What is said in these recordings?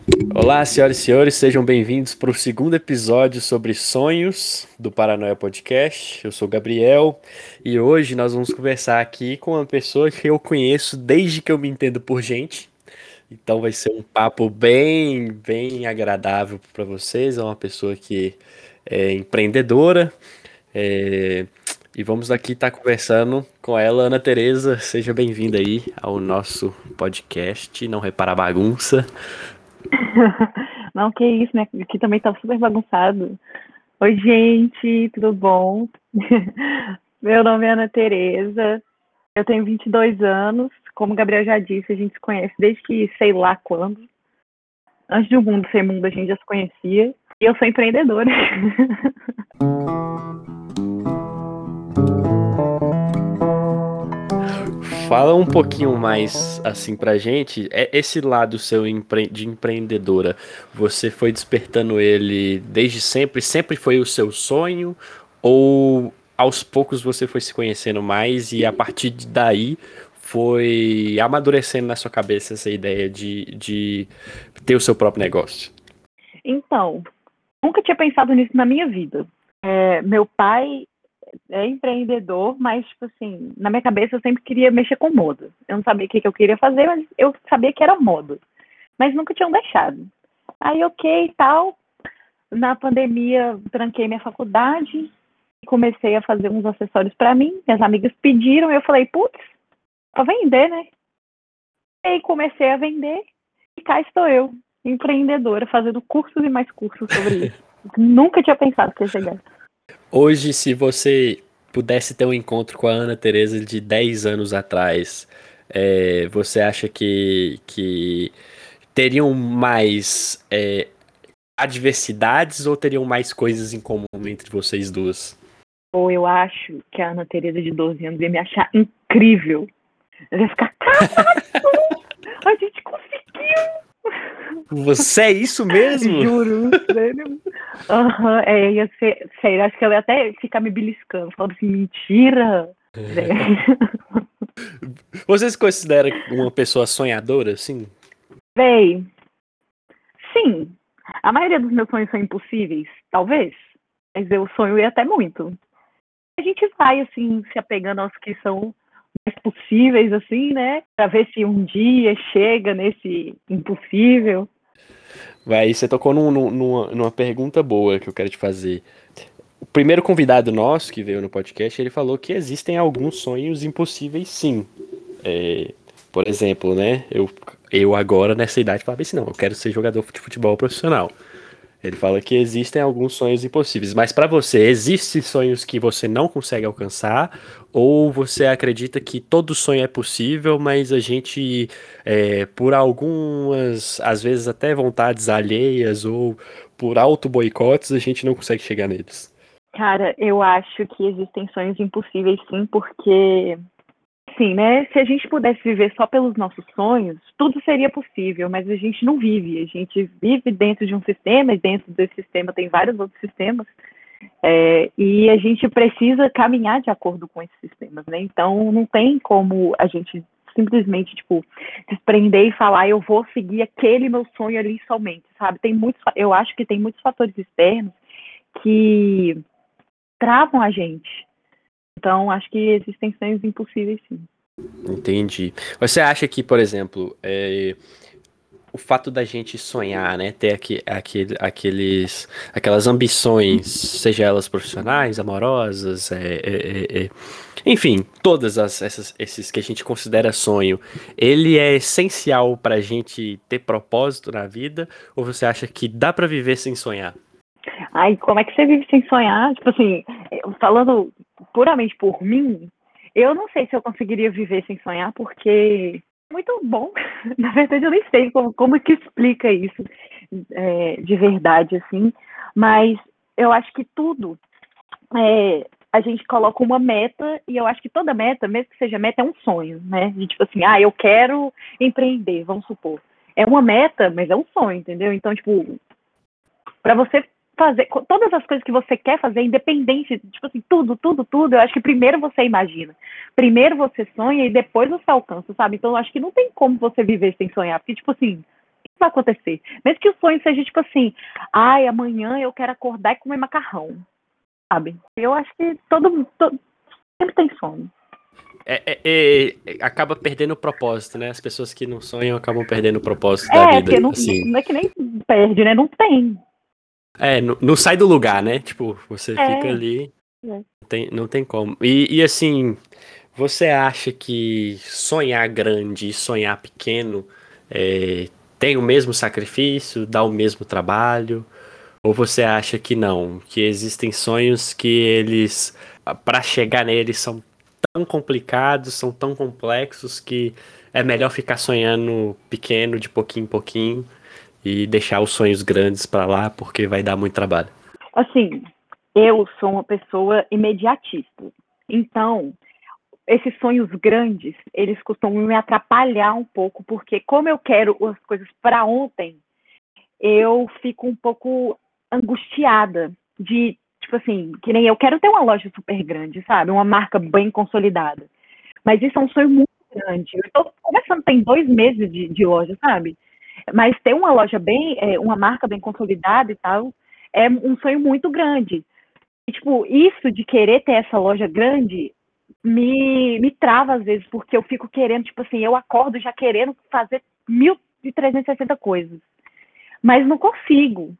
Olá, senhoras e senhores, sejam bem-vindos para o segundo episódio sobre sonhos do Paranoia Podcast. Eu sou o Gabriel e hoje nós vamos conversar aqui com uma pessoa que eu conheço desde que eu me entendo por gente. Então vai ser um papo bem agradável para vocês. É uma pessoa que é empreendedora, é, e vamos aqui estar conversando com ela, Ana Tereza. Seja bem-vinda aí ao nosso podcast. Não repara a bagunça. Não, que isso, né? Aqui também tá super bagunçado. Oi, gente, tudo bom? Meu nome é Ana Tereza, eu tenho 22 anos. Como o Gabriel já disse, a gente se conhece desde que sei lá quando. Antes do mundo ser mundo, a gente já se conhecia. E eu sou empreendedora. Fala um pouquinho mais assim pra gente, esse lado seu de empreendedora, você foi despertando ele desde sempre? Sempre foi o seu sonho? Ou aos poucos você foi se conhecendo mais e a partir daí foi amadurecendo na sua cabeça essa ideia de ter o seu próprio negócio? Então, nunca tinha pensado nisso na minha vida. Meu pai é empreendedor, mas, tipo assim, na minha cabeça eu sempre queria mexer com moda. Eu não sabia o que eu queria fazer, mas eu sabia que era moda. Mas nunca tinham deixado. Aí, ok e tal. Na pandemia, tranquei minha faculdade, comecei a fazer uns acessórios para mim. Minhas amigas pediram, eu falei, putz, para vender, né? E aí comecei a vender e cá estou eu, empreendedora, fazendo cursos e mais cursos sobre isso. Nunca tinha pensado que ia chegar. Hoje, se você pudesse ter um encontro com a Ana Teresa de 10 anos atrás, você acha que teriam mais adversidades ou teriam mais coisas em comum entre vocês duas? Ou eu acho que a Ana Teresa de 12 anos ia me achar incrível. Eu ia ficar, a gente conseguiu! Você é isso mesmo? Juro, sério. Aham, ia ser, sério, acho que ela ia até ficar me beliscando, falando assim, mentira. Você se considera uma pessoa sonhadora, assim? Véi, sim, a maioria dos meus sonhos são impossíveis, talvez, mas eu sonho e até muito. A gente vai, assim, se apegando aos que são mais possíveis, assim, né, pra ver se um dia chega nesse impossível. Vai, você tocou numa pergunta boa que eu quero te fazer. O primeiro convidado nosso que veio no podcast, ele falou que existem alguns sonhos impossíveis, sim. Por exemplo, né? Eu agora, nessa idade, falava assim, não, eu quero ser jogador de futebol profissional. Ele fala que existem alguns sonhos impossíveis, mas pra você, existem sonhos que você não consegue alcançar? Ou você acredita que todo sonho é possível, mas a gente, por algumas, às vezes até vontades alheias ou por auto-boicotes, a gente não consegue chegar neles? Cara, eu acho que existem sonhos impossíveis, sim, porque sim, né? Se a gente pudesse viver só pelos nossos sonhos, tudo seria possível, mas a gente não vive. A gente vive dentro de um sistema, e dentro desse sistema tem vários outros sistemas, e a gente precisa caminhar de acordo com esses sistemas, né? Então, não tem como a gente simplesmente, tipo, desprender e falar, eu vou seguir aquele meu sonho ali somente, sabe? Eu acho que tem muitos fatores externos que travam a gente. Então, acho que existem sonhos impossíveis, sim. Entendi. Você acha que, por exemplo, o fato da gente sonhar, né, ter aquelas ambições, seja elas profissionais, amorosas, enfim, esses que a gente considera sonho, ele é essencial pra gente ter propósito na vida, ou você acha que dá pra viver sem sonhar? Ai, como é que você vive sem sonhar? Tipo assim, falando puramente por mim, eu não sei se eu conseguiria viver sem sonhar, porque é muito bom. Na verdade, eu nem sei como que explica isso de verdade, assim. Mas eu acho que tudo a gente coloca uma meta, e eu acho que toda meta, mesmo que seja meta, é um sonho, né? De tipo assim, eu quero empreender, vamos supor. É uma meta, mas é um sonho, entendeu? Então, tipo, para você fazer todas as coisas que você quer fazer, independente, tipo assim, tudo, eu acho que primeiro você imagina, primeiro você sonha e depois você alcança, sabe? Então eu acho que não tem como você viver sem sonhar, porque, tipo assim, vai acontecer. Mesmo que o sonho seja tipo assim, ai, amanhã eu quero acordar e comer macarrão, sabe? Eu acho que todo sempre tem sonho. Acaba perdendo o propósito, né? As pessoas que não sonham acabam perdendo o propósito da É, vida, porque não, assim. não é que nem perde, né? Não tem. Não sai do lugar, né? Tipo, você fica É. ali, não tem como. E assim, você acha que sonhar grande e sonhar pequeno tem o mesmo sacrifício, dá o mesmo trabalho? Ou você acha que não? Que existem sonhos que eles, para chegar neles, são tão complicados, são tão complexos que é melhor ficar sonhando pequeno, de pouquinho em pouquinho, e deixar os sonhos grandes para lá, porque vai dar muito trabalho. Assim, eu sou uma pessoa imediatista. Então, esses sonhos grandes, eles costumam me atrapalhar um pouco, porque como eu quero as coisas para ontem, eu fico um pouco angustiada de, tipo assim, que nem eu quero ter uma loja super grande, sabe? Uma marca bem consolidada. Mas isso é um sonho muito grande. Eu estou começando, tem 2 meses de loja, sabe? Mas ter uma loja bem, uma marca bem consolidada e tal, é um sonho muito grande. E, tipo, isso de querer ter essa loja grande me trava às vezes, porque eu fico querendo, tipo assim, eu acordo já querendo fazer 1.360 coisas, mas não consigo.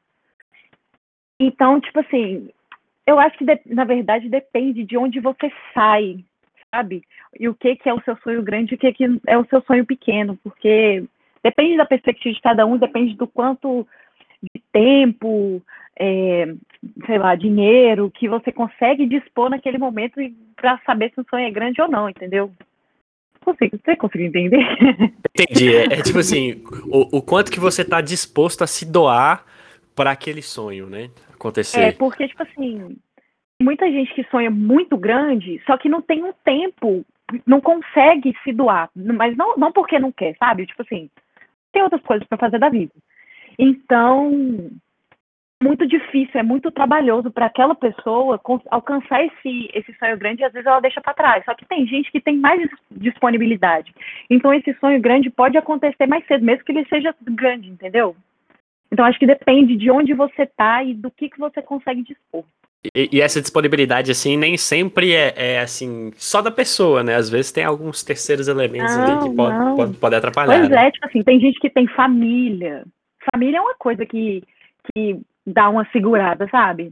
Então, tipo assim, eu acho que, na verdade, depende de onde você sai, sabe? E o que é o seu sonho grande e o que é o seu sonho pequeno, porque depende da perspectiva de cada um, depende do quanto de tempo, sei lá, dinheiro que você consegue dispor naquele momento para saber se o sonho é grande ou não, entendeu? Você conseguiu entender? Entendi. Tipo assim, o quanto que você tá disposto a se doar para aquele sonho, né? Acontecer. Porque, tipo assim, muita gente que sonha muito grande, só que não tem um tempo, não consegue se doar, mas não porque não quer, sabe? Tipo assim, tem outras coisas para fazer da vida. Então, muito difícil, é muito trabalhoso para aquela pessoa alcançar esse sonho grande e às vezes ela deixa para trás. Só que tem gente que tem mais disponibilidade. Então, esse sonho grande pode acontecer mais cedo, mesmo que ele seja grande, entendeu? Então, acho que depende de onde você tá e do que você consegue dispor. E essa disponibilidade, assim, nem sempre assim, só da pessoa, né? Às vezes tem alguns terceiros elementos ali que Não. pode atrapalhar, Pois né? é, tipo assim, tem gente que tem família. Família é uma coisa que dá uma segurada, sabe?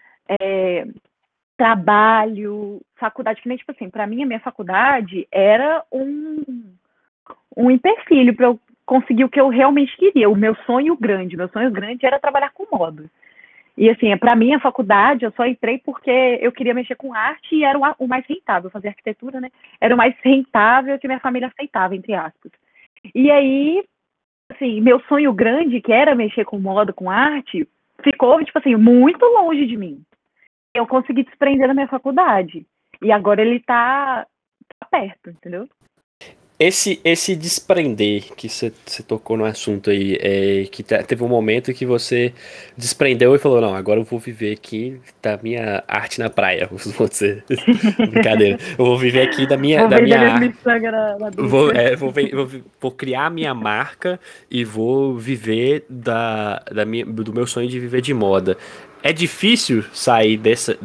Trabalho, faculdade, que nem, tipo assim, pra mim, a minha faculdade era um empecilho para eu conseguir o que eu realmente queria, o meu sonho grande. Meu sonho grande era trabalhar com moda. E assim, para mim, a faculdade, eu só entrei porque eu queria mexer com arte e era o mais rentável, fazer arquitetura, né? Era o mais rentável que minha família aceitava, entre aspas. E aí, assim, meu sonho grande, que era mexer com moda, com arte, ficou, tipo assim, muito longe de mim. Eu consegui desprender da minha faculdade. E agora ele tá perto, entendeu? Esse desprender que você tocou no assunto aí, que teve um momento que você desprendeu e falou, não, agora eu vou viver aqui da minha arte na praia, vou dizer, brincadeira, eu vou viver aqui Vou da vender minha minha arte, miçanga na ducha. vou criar a minha marca e vou viver do meu sonho de viver de moda. É difícil sair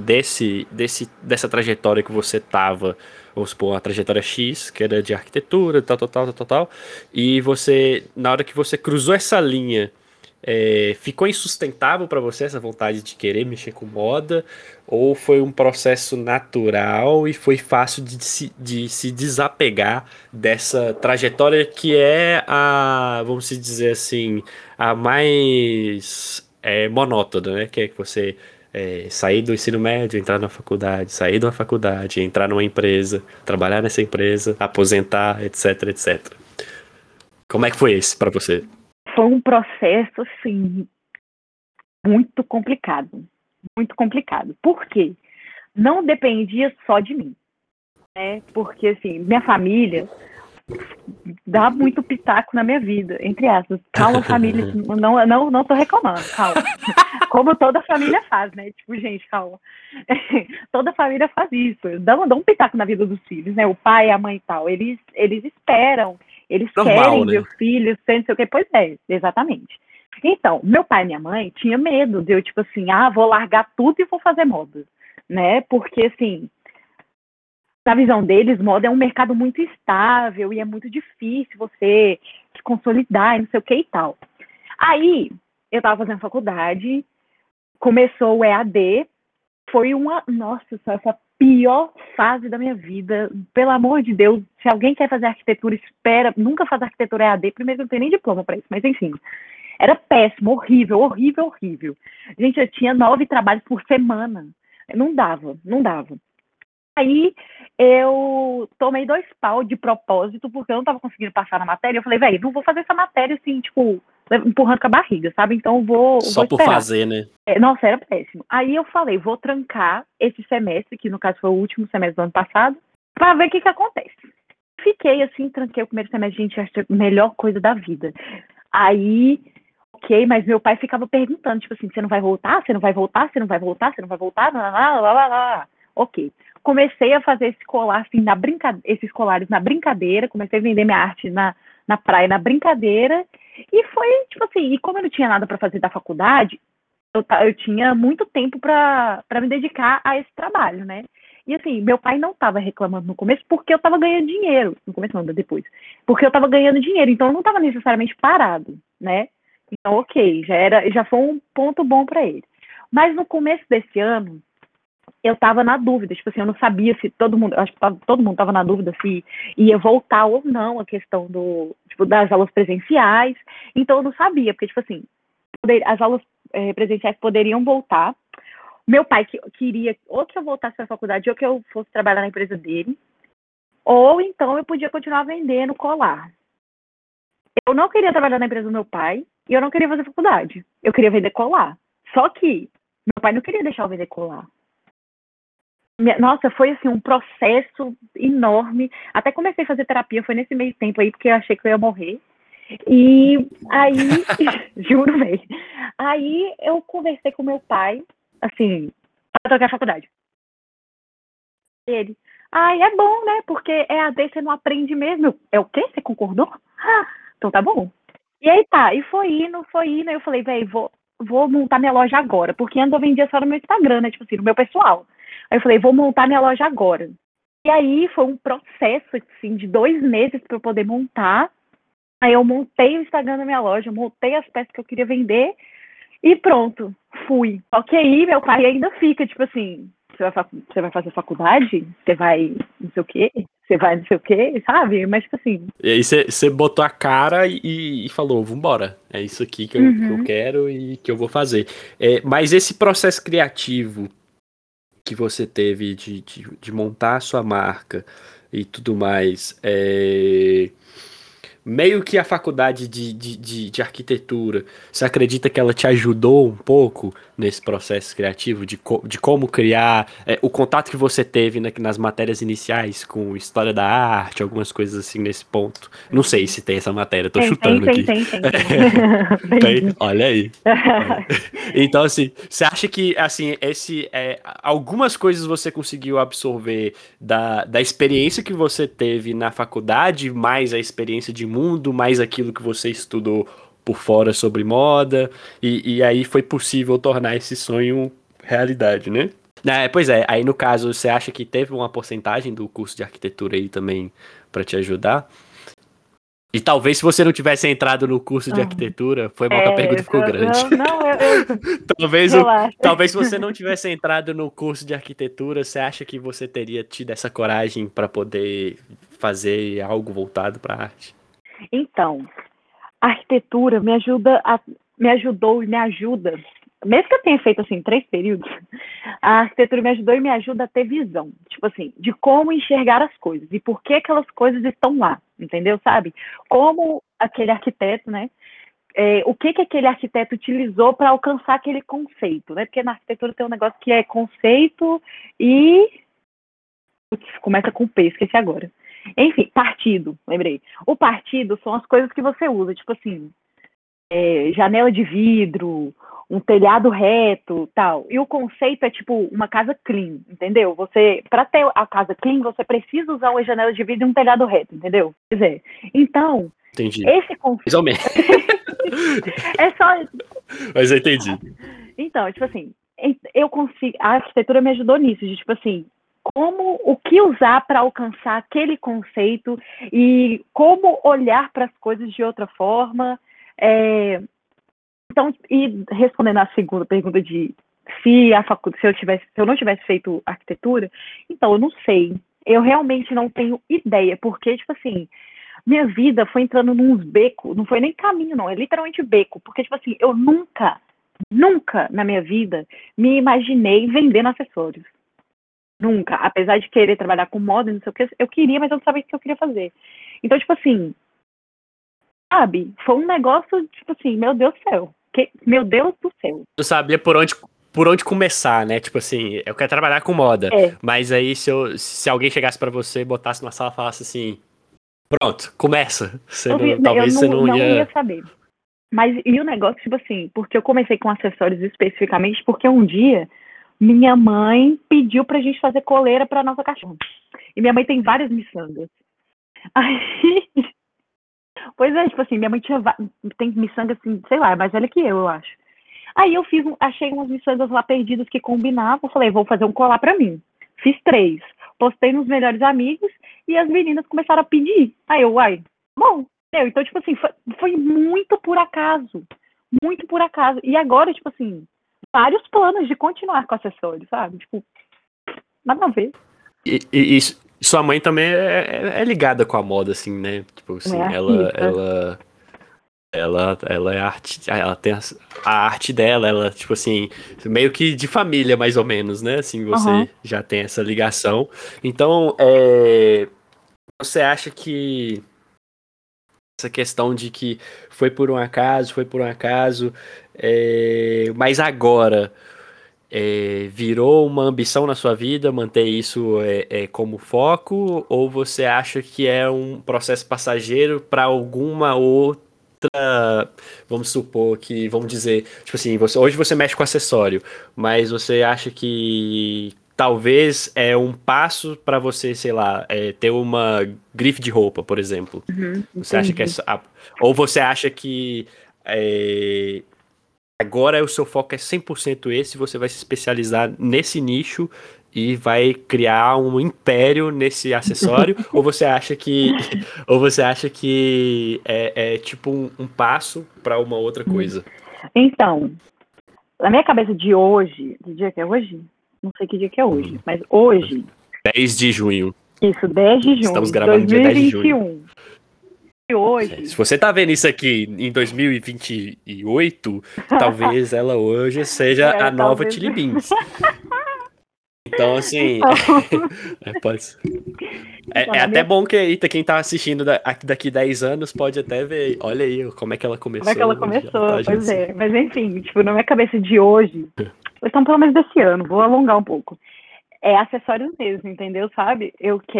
dessa trajetória que você tava, vamos supor, uma trajetória X, que era de arquitetura, tal, e você, na hora que você cruzou essa linha, ficou insustentável para você essa vontade de querer mexer com moda, ou foi um processo natural e foi fácil de se desapegar dessa trajetória que é vamos dizer assim, a mais monótona, né? Que é que você sair do ensino médio, entrar na faculdade, sair da faculdade, entrar numa empresa, trabalhar nessa empresa, aposentar, etc, etc. Como é que foi esse para você? Foi um processo, assim, muito complicado. Muito complicado. Por quê? Não dependia só de mim, né? Porque, assim, minha família dá muito pitaco na minha vida, entre aspas. Calma, família, não tô reclamando, calma. Como toda família faz, né? Tipo, gente, calma. Toda família faz isso. Dá um pitaco na vida dos filhos, né? O pai, a mãe e tal. Eles esperam Eles Normal, querem né? ver o filho, não sei o quê. Pois é, exatamente. Então, meu pai e minha mãe tinham medo de eu, tipo assim, vou largar tudo e vou fazer moda, né? Porque, assim, na visão deles, moda é um mercado muito estável e é muito difícil você se consolidar e não sei o que e tal. Aí, eu tava fazendo faculdade, começou o EAD, foi nossa, essa pior fase da minha vida. Pelo amor de Deus, se alguém quer fazer arquitetura, espera, nunca faz arquitetura EAD, primeiro que eu não tenho nem diploma para isso, mas enfim. Era péssimo, horrível, horrível, horrível. Gente, eu tinha 9 trabalhos por semana. Não dava, não dava. Aí eu tomei 2 pau de propósito, porque eu não tava conseguindo passar na matéria. Eu falei, velho, não vou fazer essa matéria assim, tipo, empurrando com a barriga, sabe? Então vou Só por esperar. fazer, né? Nossa, era péssimo. Aí eu falei, vou trancar esse semestre, que no caso foi o último semestre do ano passado, pra ver o que acontece. Fiquei assim, tranquei o primeiro semestre, gente, acho que a melhor coisa da vida. Aí, ok, mas meu pai ficava perguntando, tipo assim, você não vai voltar? Você não vai voltar? Você não vai voltar? Você não vai voltar? Lá, lá, lá, lá, lá. Ok. Comecei a fazer esse colar, assim, esses colares na brincadeira, comecei a vender minha arte na praia na brincadeira, e foi, tipo assim, e como eu não tinha nada para fazer da faculdade, eu tinha muito tempo para me dedicar a esse trabalho, né? E assim, meu pai não estava reclamando no começo porque eu estava ganhando dinheiro. No começo não, depois. Porque eu estava ganhando dinheiro, então eu não estava necessariamente parado, né? Então, ok, já foi um ponto bom para ele. Mas no começo desse ano, eu estava na dúvida, tipo assim, eu não sabia se todo mundo, acho que todo mundo estava na dúvida se ia voltar ou não a questão das aulas presenciais. Então eu não sabia, porque, tipo assim, as aulas presenciais poderiam voltar. Meu pai queria ou que eu voltasse para a faculdade ou que eu fosse trabalhar na empresa dele, ou então eu podia continuar vendendo colar. Eu não queria trabalhar na empresa do meu pai e eu não queria fazer faculdade. Eu queria vender colar. Só que meu pai não queria deixar eu vender colar. Nossa, foi assim um processo enorme. Até comecei a fazer terapia, foi nesse meio tempo aí, porque eu achei que eu ia morrer. E aí, juro mesmo. Aí eu conversei com meu pai, assim, para trocar a faculdade. Ele, é bom, né? Porque EAD você não aprende mesmo. É o quê? Você concordou? Então tá bom. E aí tá, e foi indo. Aí eu falei, velho, vou montar minha loja agora. Porque antes eu vendia só no meu Instagram, né? Tipo assim, no meu pessoal. Aí eu falei, vou montar minha loja agora. E aí foi um processo, assim, de 2 meses para eu poder montar. Aí eu montei o Instagram da minha loja, montei as peças que eu queria vender e pronto, fui. Só que aí meu pai ainda fica, tipo assim, você vai fazer faculdade? Você vai não sei o quê? Você vai não sei o quê, sabe? Mas tipo assim. E aí você botou a cara e falou, vambora, é isso aqui que eu quero e que eu vou fazer. Mas esse processo criativo que você teve de montar a sua marca e tudo mais, meio que a faculdade de arquitetura, você acredita que ela te ajudou um pouco nesse processo criativo de como criar, o contato que você teve nas matérias iniciais com história da arte, algumas coisas assim nesse ponto? Não sei se tem essa matéria, tô Tem, chutando aqui. tem. Tem? Olha aí. Então, assim, você acha que, assim, algumas coisas você conseguiu absorver da experiência que você teve na faculdade, mais a experiência de mundo, mais aquilo que você estudou por fora sobre moda, e aí foi possível tornar esse sonho realidade, né? Pois é, aí no caso, você acha que teve uma porcentagem do curso de arquitetura aí também para te ajudar? E talvez se você não tivesse entrado no curso de arquitetura, foi mal que a pergunta ficou grande. Não, eu Talvez, relaxa. talvez se você não tivesse entrado no curso de arquitetura, você acha que você teria tido essa coragem para poder fazer algo voltado para arte? Então, a arquitetura me ajudou e me ajuda, mesmo que eu tenha feito assim 3 períodos, a arquitetura me ajudou e me ajuda a ter visão, tipo assim, de como enxergar as coisas e por que aquelas coisas estão lá, entendeu? Sabe? Como aquele arquiteto, né? O que aquele arquiteto utilizou para alcançar aquele conceito, né? Porque na arquitetura tem um negócio que é conceito e começa com P, esqueci agora. Enfim, partido, lembrei. O partido são as coisas que você usa, tipo assim, janela de vidro, um telhado reto, tal. E o conceito é tipo uma casa clean, entendeu? Você, para ter a casa clean, você precisa usar uma janela de vidro e um telhado reto, entendeu? Quer dizer, então, Entendi. esse Mais conceito ou menos. é só. Mas eu entendi. Então, tipo assim, eu consigo. A arquitetura me ajudou nisso, de tipo assim, o que usar para alcançar aquele conceito e como olhar para as coisas de outra forma. Então, e respondendo à segunda pergunta de se eu não tivesse feito arquitetura, então eu não sei. Eu realmente não tenho ideia, porque, tipo assim, minha vida foi entrando nos becos, não foi nem caminho, não, é literalmente beco, porque, tipo assim, eu nunca na minha vida me imaginei vendendo acessórios. Nunca. Apesar de querer trabalhar com moda, não sei o que, eu queria, mas eu não sabia o que eu queria fazer. Então, tipo assim, sabe? Foi um negócio, tipo assim, meu Deus do céu. Meu Deus do céu. Eu sabia por onde começar, né? Tipo assim, eu quero trabalhar com moda. É, Mas aí se alguém chegasse pra você, botasse na sala e falasse assim, pronto, começa. eu Talvez você não não ia ia. saber. Mas e o negócio, tipo assim, porque eu comecei com acessórios especificamente porque um dia minha mãe pediu pra gente fazer coleira pra nossa cachorra. E minha mãe tem várias miçangas. Aí, pois é, tipo assim, minha mãe tem miçanga assim, sei lá, é mais velha que eu acho. Aí eu achei umas miçangas lá perdidas que combinavam, falei, vou fazer um colar pra mim. Fiz 3, postei nos melhores amigos e as meninas começaram a pedir. Aí eu, uai, bom, então, tipo assim, foi muito por acaso. Muito por acaso. E agora, tipo assim, vários planos de continuar com acessórios, sabe? Tipo, nada a ver. E sua mãe também é ligada com a moda, assim, né? Tipo Não é assim, ela, artista. ela, ela é arte, ela tem a arte dela, ela, tipo assim, meio que de família, mais ou menos, né? Assim, Aham. você já tem essa ligação. Então, você acha que essa questão de que foi por um acaso, mas agora virou uma ambição na sua vida manter isso como foco, ou você acha que é um processo passageiro para alguma outra, vamos supor que, vamos dizer, tipo assim, hoje você mexe com acessório, mas você acha que talvez é um passo para você, sei lá, ter uma grife de roupa, por exemplo. Uhum, Você acha que entendi. ou você acha que é, agora o seu foco é 100% esse, você vai se especializar nesse nicho e vai criar um império nesse acessório, ou você acha que ou você acha que é tipo um passo para uma outra coisa? Então, na minha cabeça de hoje, que dia que é hoje? Não sei que dia que é hoje, Uhum. mas hoje, 10 de junho. isso, 10 de Estamos junho de gravando dia 10 de junho. 2021. E Se hoje, você tá vendo isso aqui em 2028, talvez ela hoje seja a nova talvez. Chili Beans. Então, assim, Então, pode ser. então, É até bom que quem tá assistindo daqui 10 anos pode até ver. Olha aí como é que ela como é que ela começou, onde ela começou? tá já Pois assim. é. Mas enfim, tipo, na minha cabeça de hoje, então pelo menos desse ano, vou alongar um pouco. É acessórios mesmo, entendeu? Sabe?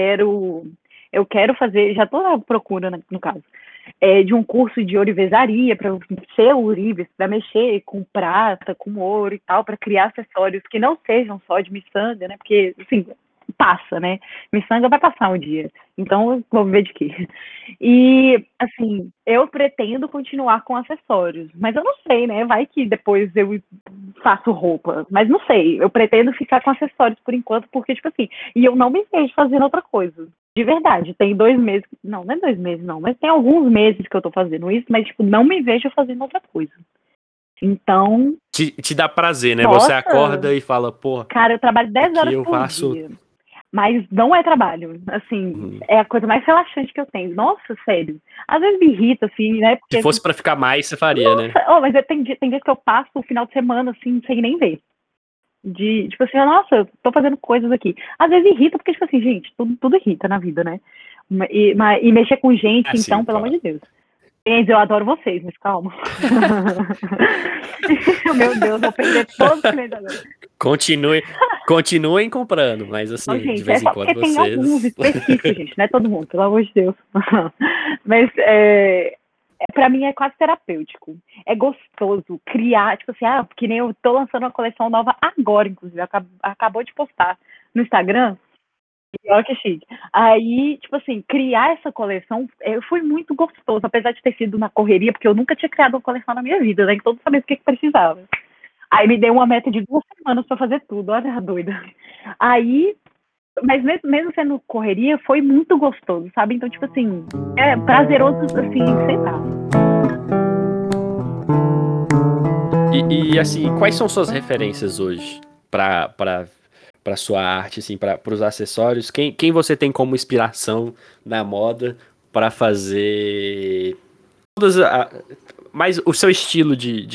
Eu quero fazer, já tô à procura, né, no caso, de um curso de ourivesaria para ser ourives, para mexer com prata, com ouro e tal, para criar acessórios que não sejam só de miçanga, né? Porque, assim, passa, né? Miçanga vai passar um dia. Então, vou ver de quê. E, assim, eu pretendo continuar com acessórios, mas eu não sei, né? Vai que depois eu faço roupa, mas não sei. Eu pretendo ficar com acessórios por enquanto, porque, tipo assim, e eu não me vejo fazendo outra coisa. De verdade, tem 2 meses, não é 2 meses não, mas tem alguns meses que eu tô fazendo isso, mas, tipo, não me vejo fazendo outra coisa. Então, Te dá prazer, né? Você nossa, acorda e fala, pô, cara, eu trabalho 10 aqui horas eu por faço. dia. Mas não é trabalho, assim, Uhum. é a coisa mais relaxante que eu tenho. Nossa, sério. Às vezes me irrita, assim, né? Se Porque, fosse pra ficar mais, você faria, né? nossa, mas tem dias que eu passo o final de semana, assim, sem nem ver. Tipo assim, nossa, eu tô fazendo coisas aqui. Às vezes irrita, porque, tipo assim, gente, tudo irrita na vida, né? E mexer com gente, Assim, então, pelo amor claro. de Deus. Gente, eu adoro vocês, mas calma. Meu Deus, vou perder todos os clientes agora. Continuem comprando, mas Não, assim, de gente, é vez em só quando porque tem alguns vocês. específicos, gente, não é todo mundo, pelo amor de Deus. Mas Pra mim é quase terapêutico. É gostoso criar, tipo assim, que nem eu tô lançando uma coleção nova agora, inclusive, acabou de postar no Instagram. E olha que chique. Aí, tipo assim, criar essa coleção foi muito gostoso, apesar de ter sido na correria, porque eu nunca tinha criado uma coleção na minha vida, né? Então eu sabia o que precisava. Aí me deu uma meta de 2 semanas pra fazer tudo, olha a doida. Aí, mas mesmo sendo correria, foi muito gostoso, sabe? Então, tipo assim, é prazeroso, assim, sei lá. E assim, quais são suas referências hoje para sua arte, assim, para os acessórios? Quem você tem como inspiração na moda para fazer mais o seu estilo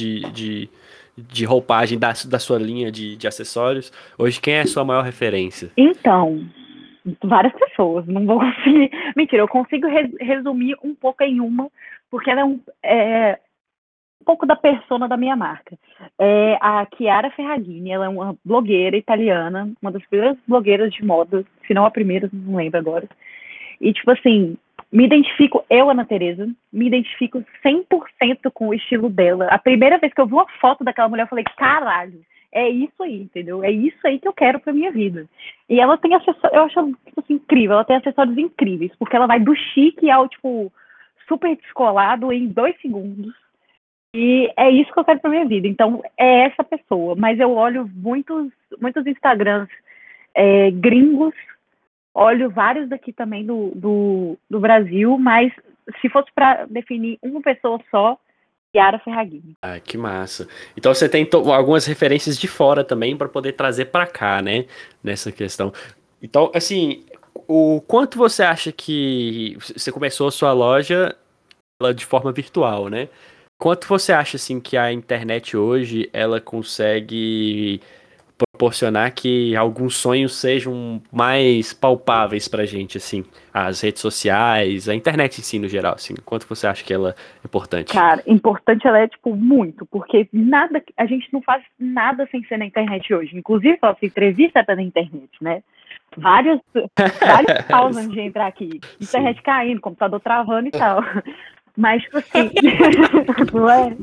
de roupagem da sua linha de acessórios? Hoje, quem é a sua maior referência? Então, várias pessoas, não vou conseguir. Mentira, eu consigo resumir um pouco em uma, porque ela é um pouco da persona da minha marca. É a Chiara Ferragni, ela é uma blogueira italiana, uma das primeiras blogueiras de moda, se não a primeira, não lembro agora. E, tipo assim, me identifico, eu, Ana Tereza, me identifico 100% com o estilo dela. A primeira vez que eu vi uma foto daquela mulher, eu falei, caralho, é isso aí, entendeu? É isso aí que eu quero pra minha vida. E ela tem acessórios, eu acho, tipo assim, incrível, ela tem acessórios incríveis, porque ela vai do chique ao, tipo, super descolado em 2 segundos. E é isso que eu quero pra minha vida. Então, é essa pessoa. Mas eu olho muitos Instagrams gringos, olho vários daqui também do Brasil, mas se fosse para definir uma pessoa só, Chiara Ferragni. Ah, que massa. Então você tem algumas referências de fora também para poder trazer para cá, né? Nessa questão. Então, assim, o quanto você acha que você começou a sua loja de forma virtual, né? Quanto você acha assim que a internet hoje ela consegue proporcionar que alguns sonhos sejam mais palpáveis pra gente, assim, as redes sociais, a internet em si no geral, assim, quanto você acha que ela é importante? Cara, importante ela é, tipo, muito, porque a gente não faz nada sem ser na internet hoje. Inclusive, essa entrevista é na internet, né? Vários pausas antes de entrar aqui. Sim. Internet caindo, computador travando e tal. Mas, tipo assim, não é?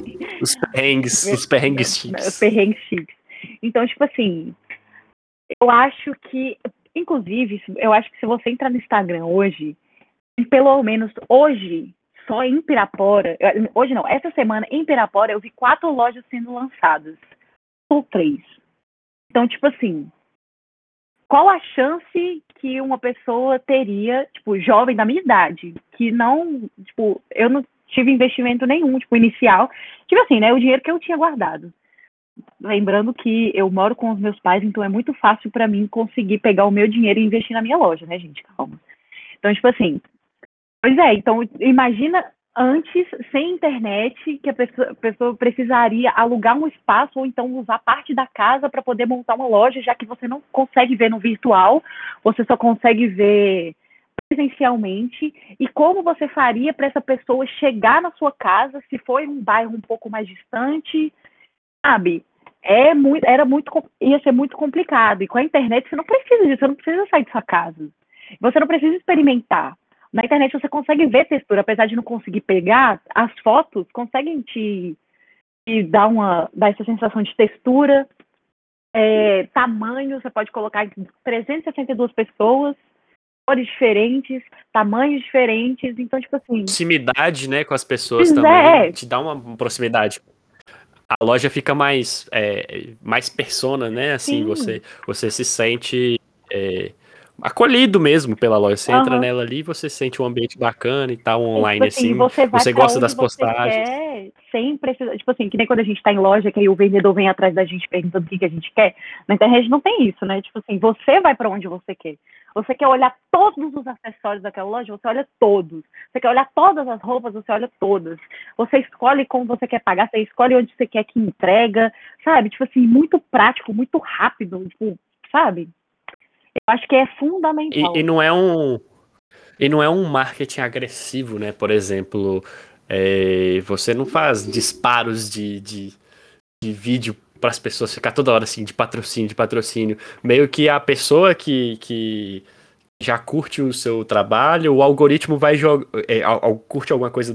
Os perrengues chiques. Perrengue chiques. Então, tipo assim, eu acho que, inclusive, eu acho que se você entrar no Instagram hoje, pelo menos hoje, só em Pirapora, hoje não, essa semana em Pirapora eu vi 4 lojas sendo lançadas, ou 3. Então, tipo assim, qual a chance que uma pessoa teria, tipo, jovem da minha idade, que não, tipo, eu não tive investimento nenhum, tipo, inicial, tipo assim, né, o dinheiro que eu tinha guardado. Lembrando que eu moro com os meus pais, então é muito fácil para mim conseguir pegar o meu dinheiro e investir na minha loja, né, gente? Calma. Então, tipo assim, pois é, então imagina antes, sem internet, que a pessoa precisaria alugar um espaço ou então usar parte da casa para poder montar uma loja, já que você não consegue ver no virtual, você só consegue ver presencialmente. E como você faria para essa pessoa chegar na sua casa, se for em um bairro um pouco mais distante, sabe? Ia ser muito complicado. E com a internet você não precisa disso, você não precisa sair de sua casa. Você não precisa experimentar. Na internet você consegue ver textura, apesar de não conseguir pegar, as fotos conseguem te dar essa sensação de textura, tamanho, você pode colocar em 362 pessoas, cores diferentes, tamanhos diferentes, então, tipo assim. Proximidade, né, com as pessoas Pois também, é, te dá uma proximidade. A loja fica mais persona, né? Assim, sim. você se sente é, acolhido mesmo pela loja. Você entra Aham. nela ali, você sente um ambiente bacana e tal, É tipo online assim, assim. você vai Você para gosta onde das você postagens. quer, sem precisar. Tipo assim, que nem quando a gente tá em loja, que aí o vendedor vem atrás da gente perguntando o que a gente quer. Na internet não tem isso, né? Tipo assim, você vai para onde você quer. Você quer olhar todos os acessórios daquela loja, você olha todos. Você quer olhar todas as roupas, você olha todas. Você escolhe como você quer pagar, você escolhe onde você quer que entrega, sabe? Tipo assim, muito prático, muito rápido, tipo, sabe? Eu acho que é E, fundamental. e não é um, e não é um marketing agressivo, né? Por exemplo, você não faz disparos de vídeo para as pessoas ficar toda hora assim de patrocínio, de patrocínio. Meio que a pessoa que já curte o seu trabalho, o algoritmo vai jogar, curte alguma coisa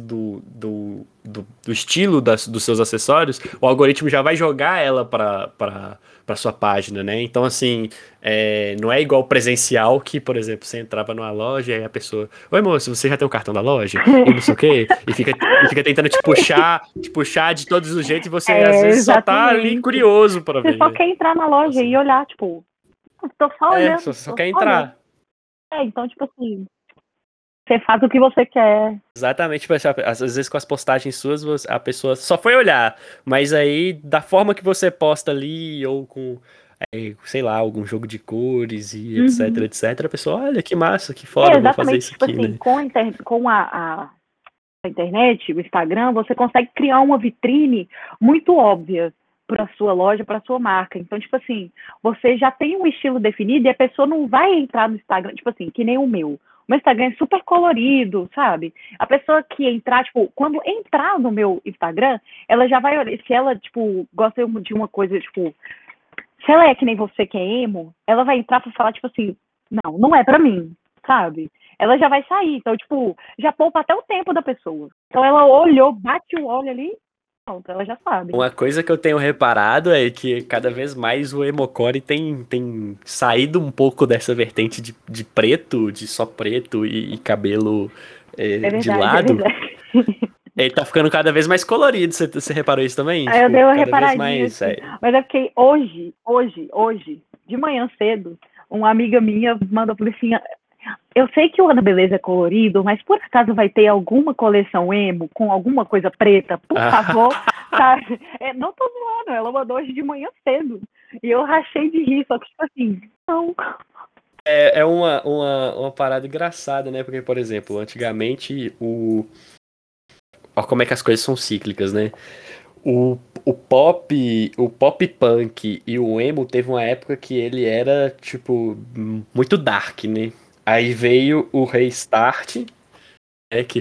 do estilo dos seus acessórios, o algoritmo já vai jogar ela para sua página, né? Então, assim, não é igual presencial que, por exemplo, você entrava numa loja e aí a pessoa, oi moço, você já tem o cartão da loja? E não sei o quê, e fica tentando te puxar de todos os jeitos e você às vezes só tá ali Exatamente. curioso para Você ver, só né? quer entrar na loja Assim, e olhar, tipo, tô só só, olhando, só tô quer só olhando. entrar. Então, tipo assim, você faz o que você quer. Exatamente, tipo, às vezes com as postagens suas, a pessoa só foi olhar, mas aí da forma que você posta ali, ou com, sei lá, algum jogo de cores e etc, Uhum. etc, a pessoa, olha que massa, que foda, eu vou fazer Exatamente, isso tipo aqui, assim, né? com a internet, o Instagram, você consegue criar uma vitrine muito óbvia para sua loja, para sua marca. Então, tipo assim, você já tem um estilo definido e a pessoa não vai entrar no Instagram, tipo assim, que nem o meu. O meu Instagram é super colorido, sabe? A pessoa que entrar, tipo, quando entrar no meu Instagram, ela já vai olhar, se ela, tipo, gosta de uma coisa, tipo, se ela é que nem você que é emo, ela vai entrar pra falar, tipo assim, não é pra mim, sabe? Ela já vai sair. Então, tipo, já poupa até o tempo da pessoa. Então ela olhou, bate o olho ali, pronto, ela já sabe. Uma coisa que eu tenho reparado é que cada vez mais o emocore tem saído um pouco dessa vertente de preto, de só preto e cabelo É de verdade, é lado. verdade. Ele tá ficando cada vez mais colorido, você reparou isso também? Aí eu Tipo, dei uma cada vez reparadinha mais. assim. Mas é porque hoje, de manhã cedo, uma amiga minha mandou por assim, eu sei que o Ana Beleza é colorido, mas por acaso vai ter alguma coleção emo com alguma coisa preta? Por favor, sabe? Não tô zoando, ela mandou hoje de manhã cedo. E eu rachei de rir, só que tipo assim, não. É uma parada engraçada, né? Porque, por exemplo, antigamente Olha como é que as coisas são cíclicas, né? O pop punk e o emo teve uma época que ele era, tipo, muito dark, né? Aí veio o Restart, né? Que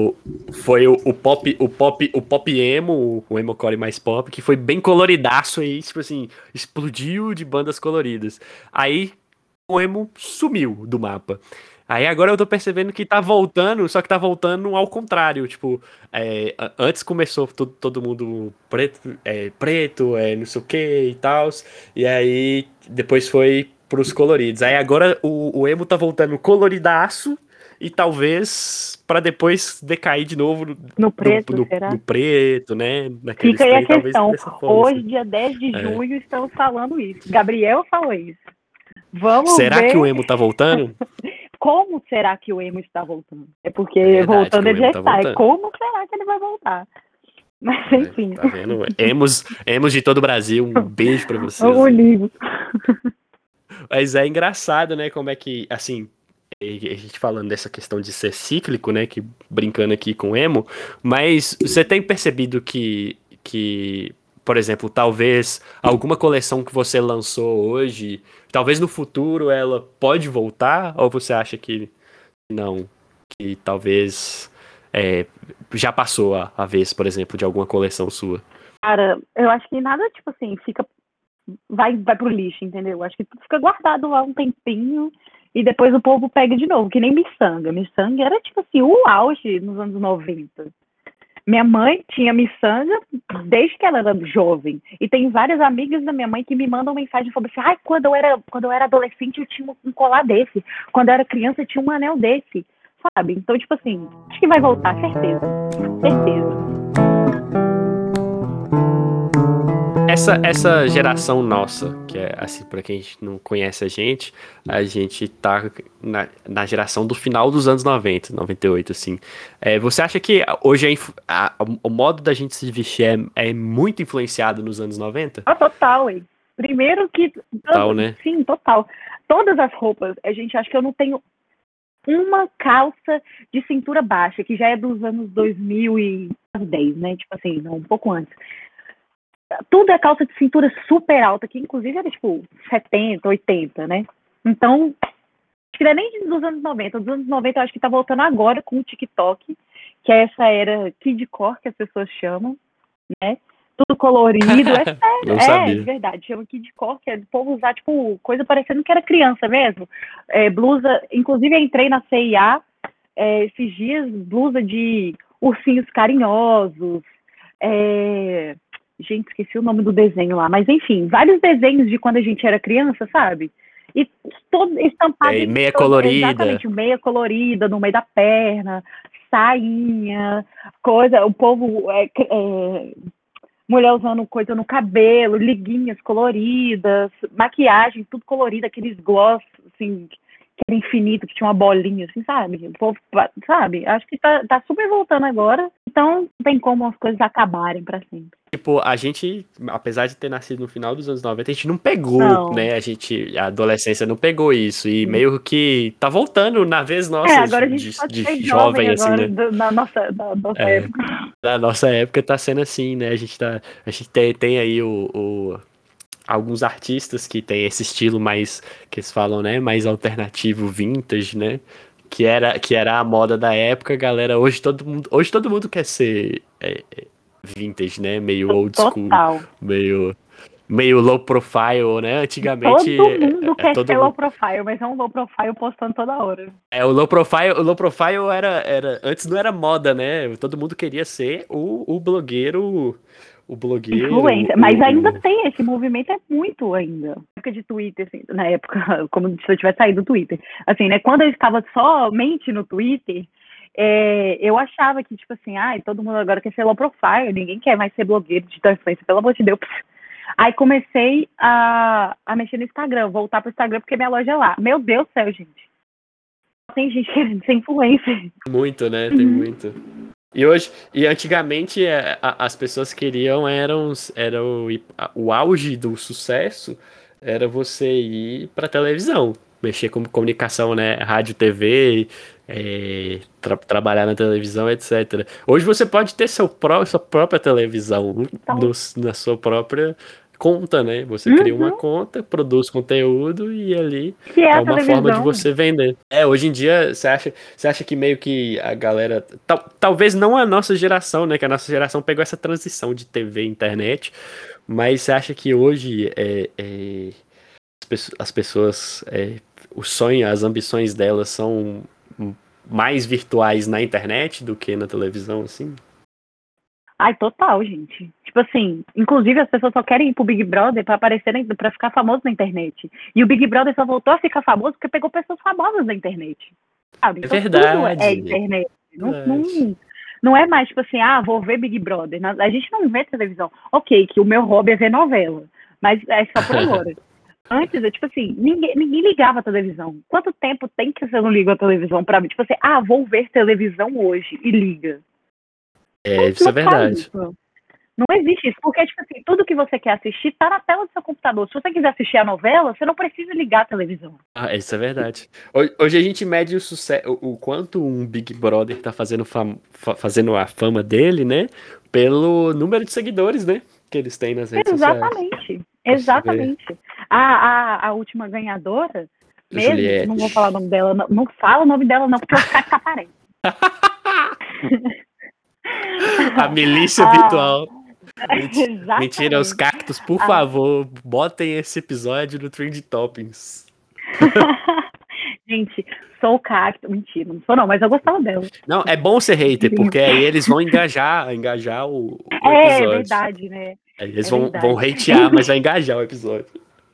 foi o pop emo, o emocore mais pop, que foi bem coloridaço aí, tipo assim, explodiu de bandas coloridas. Aí o emo sumiu do mapa. Aí agora eu tô percebendo que tá voltando, só que tá voltando ao contrário. Tipo, antes começou todo mundo preto, não sei o que e tal. E aí depois foi pros coloridos. Aí agora o emo tá voltando coloridaço e talvez pra depois decair de novo no, No no, preto, no- será? no preto, né? Naqueles Fica aí a trem, talvez questão. dessa forma, Hoje, assim. dia 10 de É. junho, estamos falando isso. Gabriel falou isso. Vamos Será que o ver emo tá voltando? como será que o emo está voltando. É É porque verdade que voltando o ele já emo tá está. É voltando. como será que ele vai voltar? Mas enfim, Tá vendo? Emos de todo o Brasil, um beijo pra vocês o aí. livro. Mas é engraçado, né? Como é que, assim, a gente falando dessa questão de ser cíclico, né? Que brincando aqui com emo, mas você tem percebido que, por exemplo, talvez alguma coleção que você lançou hoje, talvez no futuro ela pode voltar? Ou você acha que não? Que talvez é, já passou a vez, por exemplo, de alguma coleção sua? Cara, eu acho que nada, tipo assim, vai pro lixo, entendeu? Eu acho que tudo fica guardado lá um tempinho e depois o povo pega de novo, que nem miçanga. Miçanga era, tipo assim, o auge nos anos 90. Minha mãe tinha miçanga desde que ela era jovem. E tem várias amigas da minha mãe que me mandam mensagem falando assim: ai, quando eu era adolescente eu tinha um colar desse. Quando eu era criança eu tinha um anel desse. Sabe? Então, tipo assim, acho que vai voltar, certeza. Certeza. Essa geração nossa, que é assim, pra quem não conhece a gente tá na geração do final dos anos 90, 98, assim. Você acha que hoje o modo da gente se vestir é muito influenciado nos anos 90? Ah, total, hein? Primeiro que. Tal, né? Sim, total. Todas as roupas, a gente acha que eu não tenho uma calça de cintura baixa, que já é dos anos 2010, né? Tipo assim, não, um pouco antes. Tudo é calça de cintura super alta, que inclusive era tipo 70, 80, né? Então, acho que não é nem dos anos 90. Dos anos 90 eu acho que tá voltando agora com o TikTok, que é essa era kidcore que as pessoas chamam, né? tudo colorido, é sério, Não de sabia. verdade, chama Kid Core, que é do povo usar, tipo, coisa parecendo que era criança mesmo, blusa, inclusive entrei na CIA, esses dias, blusa de ursinhos carinhosos, gente, esqueci o nome do desenho lá, mas enfim, vários desenhos de quando a gente era criança, sabe? E todo estampado É, em meia todo, colorida. exatamente, meia colorida no meio da perna, sainha, coisa, o povo mulher usando coisa no cabelo, liguinhas coloridas, maquiagem, tudo colorido, aqueles gloss, assim, que era infinito, que tinha uma bolinha, assim, sabe? O povo, sabe? Acho que tá super voltando agora, então não tem como as coisas acabarem pra sempre. Tipo, a gente, apesar de ter nascido no final dos anos 90, a gente não pegou, Não. né? A adolescência não pegou isso. E meio que tá voltando na vez nossa Agora a gente pode de ser jovem jovem, assim, agora, né? na nossa época. Na nossa época tá sendo assim, né? A gente tem aí alguns artistas que tem esse estilo mais, que eles falam, né? Mais alternativo, vintage, né? Que era a moda da época, galera. Hoje todo mundo quer ser vintage, né? Meio old school, Total. meio, meio low profile, né? Antigamente Todo mundo quer todo ser low mundo. profile, mas é um low profile postando toda hora. O low profile antes não era moda, né? Todo mundo queria ser o blogueiro, Influência, mas ainda tem, esse movimento é muito ainda. Na época de Twitter, assim, na época, como se eu tivesse saído do Twitter. Assim, né, quando eu estava somente no Twitter, eu achava que, tipo assim, todo mundo agora quer ser low profile, ninguém quer mais ser blogueiro de influência, pelo amor de Deus. Aí comecei a mexer no Instagram, voltar pro Instagram porque minha loja é lá. Meu Deus do céu, gente. Tem gente querendo ser influencer. muito, né? Tem Uhum. muito. E hoje, e antigamente as pessoas queriam o auge do sucesso era você ir para televisão, mexer com comunicação, né, rádio, TV, trabalhar na televisão, etc. Hoje você pode ter sua própria televisão Então, na sua própria conta, né? Você cria uma uhum. conta, produz conteúdo e ali Que é é a uma forma de televisão. você vender. Hoje em dia, você acha que meio que a galera. Talvez não a nossa geração, né? Que a nossa geração pegou essa transição de TV e internet. Mas você acha que hoje as pessoas. O sonho, as ambições delas são mais virtuais na internet do que na televisão, assim? Ai, total, gente. Tipo assim, inclusive as pessoas só querem ir pro Big Brother pra aparecer, pra ficar famoso na internet. E o Big Brother só voltou a ficar famoso porque pegou pessoas famosas na internet. Sabe? É Então tudo é verdade. internet. Não, Verdade. não, não é mais tipo assim, vou ver Big Brother. A gente não vê televisão. Ok, que o meu hobby é ver novela. Mas é só por agora. Antes, tipo assim, ninguém ligava a televisão. Quanto tempo tem que você não liga a televisão pra mim? Tipo assim, vou ver televisão hoje e liga. Isso é Não faz verdade. isso. Não existe isso, porque, tipo assim, tudo que você quer assistir tá na tela do seu computador. Se você quiser assistir a novela, você não precisa ligar a televisão. Isso é verdade. Hoje a gente mede o sucesso, o quanto um Big Brother tá fazendo a fama dele, né? Pelo número de seguidores, né? Que eles têm nas redes sociais. Exatamente, Você vê. exatamente. A última ganhadora, mesmo, não vou falar o Juliette. nome dela, não fala o nome dela não, porque eu vou ficar caparente. A milícia Ah, virtual. Mentira, os exatamente. cactos, por Ah, favor, botem esse episódio no Trend Toppings. gente, sou o cacto. Mentira, não sou não, mas eu gostava dela. Não, é bom ser hater, porque aí eles vão engajar o É episódio. verdade, né? Aí eles É vão verdade. hatear, mas vai engajar o episódio.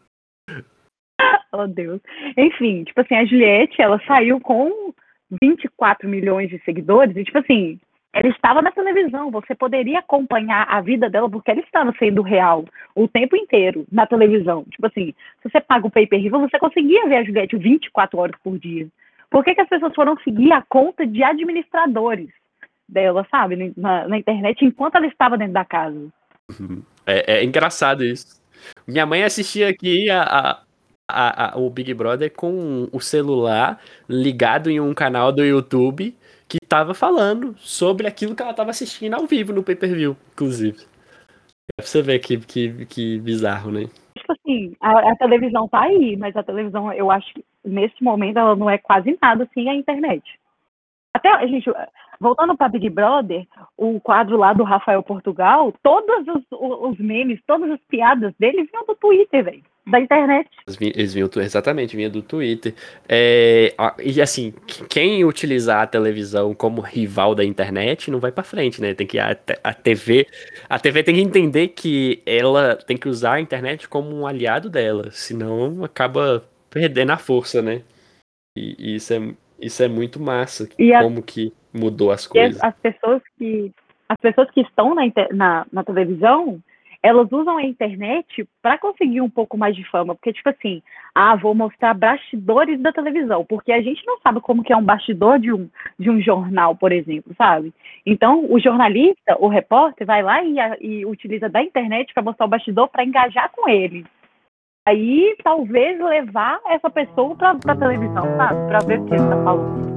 Oh, Deus. Enfim, tipo assim, a Juliette, ela saiu com 24 milhões de seguidores e, tipo assim, ela estava na televisão. Você poderia acompanhar a vida dela porque ela estava sendo real o tempo inteiro na televisão. Tipo assim, se você paga o pay-per-view, você conseguia ver a Juliette 24 horas por dia. Por que as pessoas foram seguir a conta de administradores dela, sabe, na internet, enquanto ela estava dentro da casa? É engraçado isso. Minha mãe assistia aqui o Big Brother com o celular ligado em um canal do YouTube que tava falando sobre aquilo que ela tava assistindo ao vivo no pay-per-view, inclusive. Pra você ver que bizarro, né? Tipo assim, a televisão tá aí, mas a televisão, eu acho que nesse momento ela não é quase nada assim a internet. Até, gente, voltando para Big Brother, o quadro lá do Rafael Portugal, todos os memes, todas as piadas dele vinham do Twitter, velho, da internet. Eles vinham, exatamente, vinha do Twitter. E assim, quem utilizar a televisão como rival da internet não vai pra frente, né? Tem que a TV tem que entender que ela tem que usar a internet como um aliado dela, senão acaba perdendo a força, né? E isso é muito massa, E, como que mudou as e coisas. as pessoas que estão na televisão, elas usam a internet para conseguir um pouco mais de fama, porque tipo assim, vou mostrar bastidores da televisão, porque a gente não sabe como que é um bastidor de um jornal, por exemplo, sabe? Então, o jornalista, o repórter, vai lá e utiliza da internet para mostrar o bastidor para engajar com ele. Aí, talvez levar essa pessoa para a televisão, sabe? Para ver o que ele está falando.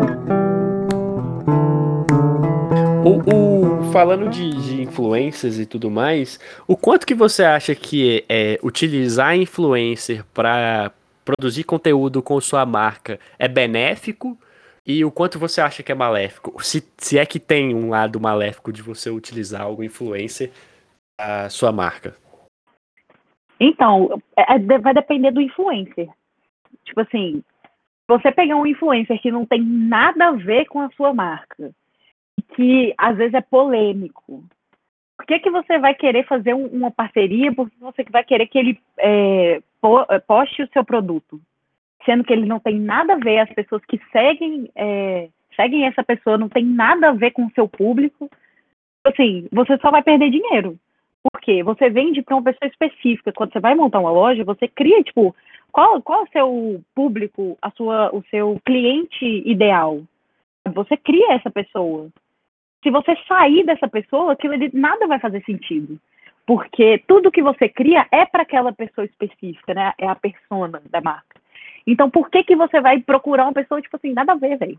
Falando de influencers e tudo mais, o quanto que você acha que utilizar influencer para produzir conteúdo com sua marca é benéfico e o quanto você acha que é maléfico? Se é que tem um lado maléfico de você utilizar algum influencer a sua marca. Então, vai depender do influencer. Tipo assim, você pegar um influencer que não tem nada a ver com a sua marca, que às vezes é polêmico, por que você vai querer fazer uma parceria? Por que você vai querer que ele poste o seu produto? Sendo que ele não tem nada a ver, as pessoas que seguem essa pessoa não tem nada a ver com o seu público. Assim, você só vai perder dinheiro. Por quê? Você vende para uma pessoa específica. Quando você vai montar uma loja, você cria, tipo, qual é o seu público, o seu cliente ideal? Você cria essa pessoa. Se você sair dessa pessoa, aquilo nada vai fazer sentido. Porque tudo que você cria é para aquela pessoa específica, né? É a persona da marca. Então, por que você vai procurar uma pessoa, tipo assim, nada a ver, velho?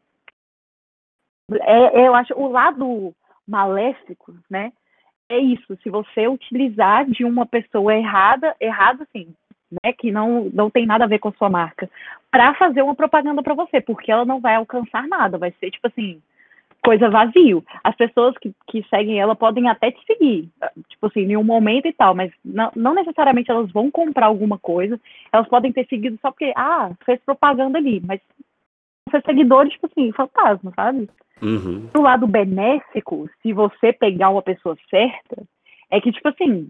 Eu acho o lado maléfico, né? É isso, se você utilizar de uma pessoa errada assim, né, que não tem nada a ver com a sua marca, para fazer uma propaganda para você, porque ela não vai alcançar nada, vai ser tipo assim, coisa vazio. As pessoas que seguem ela podem até te seguir, tipo assim, em um momento e tal, mas não necessariamente elas vão comprar alguma coisa, elas podem ter seguido só porque, fez propaganda ali, mas ser seguidores, tipo assim, fantasma, sabe? Uhum. Do lado benéfico, se você pegar uma pessoa certa, é que, tipo assim,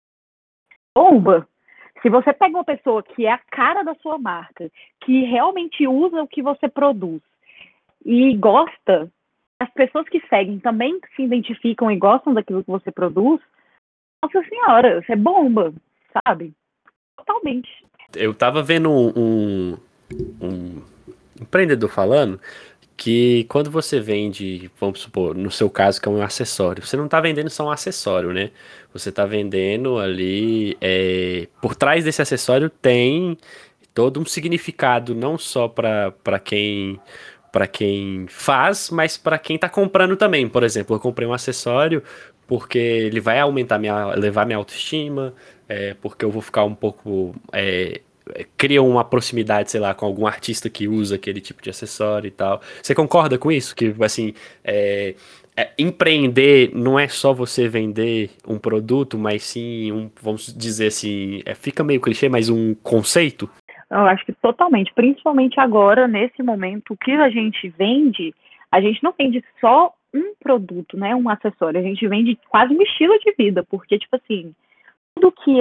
bomba. Se você pega uma pessoa que é a cara da sua marca, que realmente usa o que você produz e gosta, as pessoas que seguem também se identificam e gostam daquilo que você produz, nossa senhora, você é bomba, sabe? Totalmente. Eu tava vendo um empreendedor falando que quando você vende, vamos supor, no seu caso, que é um acessório, você não está vendendo só um acessório, né? Você está vendendo ali. Por trás desse acessório tem todo um significado, não só para quem faz, mas para quem está comprando também. Por exemplo, eu comprei um acessório porque ele vai levar minha autoestima, porque eu vou ficar um pouco cria uma proximidade, sei lá, com algum artista que usa aquele tipo de acessório e tal. Você concorda com isso? Que, assim, empreender não é só você vender um produto, mas sim, vamos dizer assim, fica meio clichê, mas um conceito? Eu acho que totalmente, principalmente agora, nesse momento, o que a gente não vende só um produto, né, um acessório, a gente vende quase um estilo de vida, porque, tipo assim, tudo que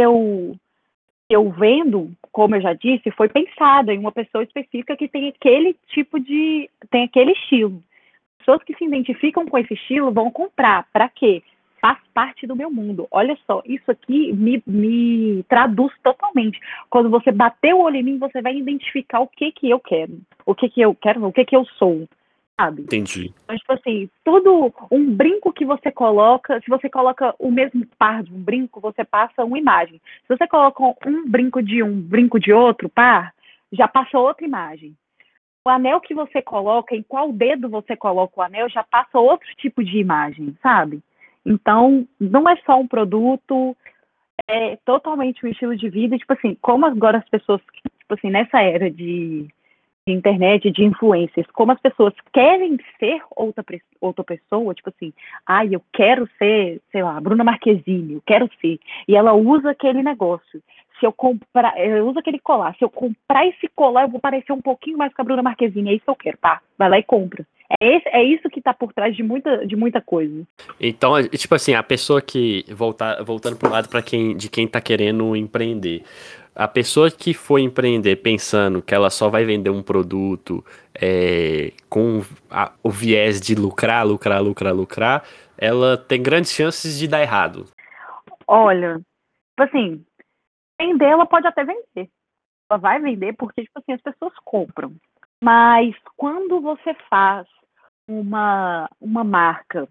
eu vendo, como eu já disse, foi pensado em uma pessoa específica que tem aquele tem aquele estilo. Pessoas que se identificam com esse estilo vão comprar. Para quê? Faz parte do meu mundo. Olha só, isso aqui me traduz totalmente. Quando você bater o olho em mim, você vai identificar o que eu quero. O que eu quero, o que eu sou, sabe? Entendi. Então, tipo assim, tudo, um brinco que você coloca, se você coloca o mesmo par de um brinco, você passa uma imagem. Se você coloca um brinco de outro par, já passa outra imagem. O anel que você coloca, em qual dedo você coloca o anel, já passa outro tipo de imagem, sabe? Então, não é só um produto, é totalmente um estilo de vida. Tipo assim, como agora as pessoas, tipo assim, nessa era de internet, de influencers, como as pessoas querem ser outra pessoa, tipo assim, eu quero ser, sei lá, Bruna Marquezine, eu quero ser, e ela usa aquele negócio. Se eu comprar, eu uso aquele colar, se eu comprar esse colar, eu vou parecer um pouquinho mais com a Bruna Marquezine, é isso que eu quero, tá? Vai lá e compra. É isso que tá por trás de muita coisa. Então, tipo assim, a pessoa que, voltando pro lado de quem tá querendo empreender, a pessoa que for empreender pensando que ela só vai vender um produto com o viés de lucrar, lucrar, lucrar, lucrar, ela tem grandes chances de dar errado. Olha, tipo assim, vender ela pode até vender. Ela vai vender porque, tipo assim, as pessoas compram. Mas quando você faz uma marca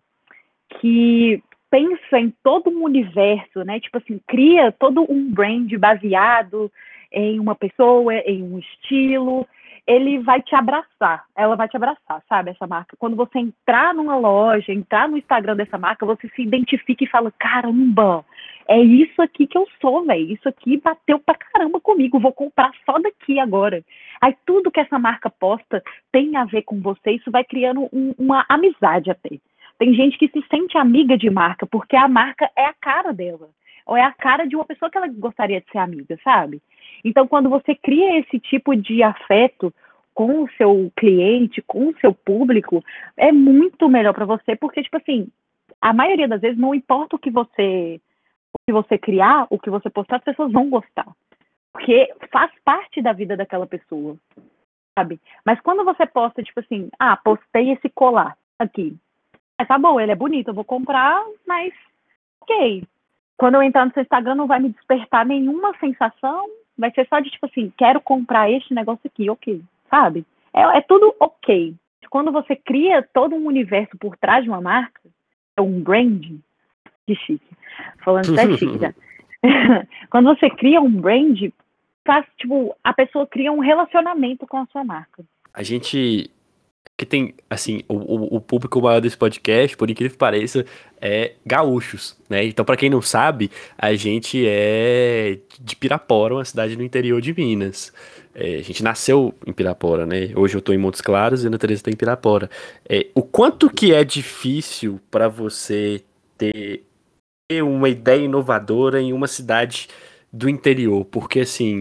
que pensa em todo um universo, né? Tipo assim, cria todo um brand baseado em uma pessoa, em um estilo, ele vai te abraçar, ela vai te abraçar, sabe, essa marca. Quando você entrar numa loja, entrar no Instagram dessa marca, você se identifica e fala, caramba, é isso aqui que eu sou, velho, isso aqui bateu pra caramba comigo, vou comprar só daqui agora. Aí tudo que essa marca posta tem a ver com você, isso vai criando uma amizade até. Tem gente que se sente amiga de marca, porque a marca é a cara dela. Ou é a cara de uma pessoa que ela gostaria de ser amiga, sabe? Então, quando você cria esse tipo de afeto com o seu cliente, com o seu público, é muito melhor para você, porque, tipo assim, a maioria das vezes, não importa o que você criar, o que você postar, as pessoas vão gostar. Porque faz parte da vida daquela pessoa, sabe? Mas quando você posta, tipo assim, postei esse colar aqui, tá bom, ele é bonito, eu vou comprar, mas ok. Quando eu entrar no seu Instagram, não vai me despertar nenhuma sensação, vai ser só de tipo assim, quero comprar este negócio aqui, ok, sabe? É tudo ok. Quando você cria todo um universo por trás de uma marca, é um brand, que chique. Falando até chique já. Quando você cria um brand, tipo, a pessoa cria um relacionamento com a sua marca. A gente que tem, assim, o público maior desse podcast, por incrível que pareça, é gaúchos, né? Então, pra quem não sabe, a gente é de Pirapora, uma cidade no interior de Minas. A gente nasceu em Pirapora, né? Hoje eu tô em Montes Claros e a Ana Teresa tá em Pirapora. O quanto que é difícil pra você ter uma ideia inovadora em uma cidade do interior, porque assim,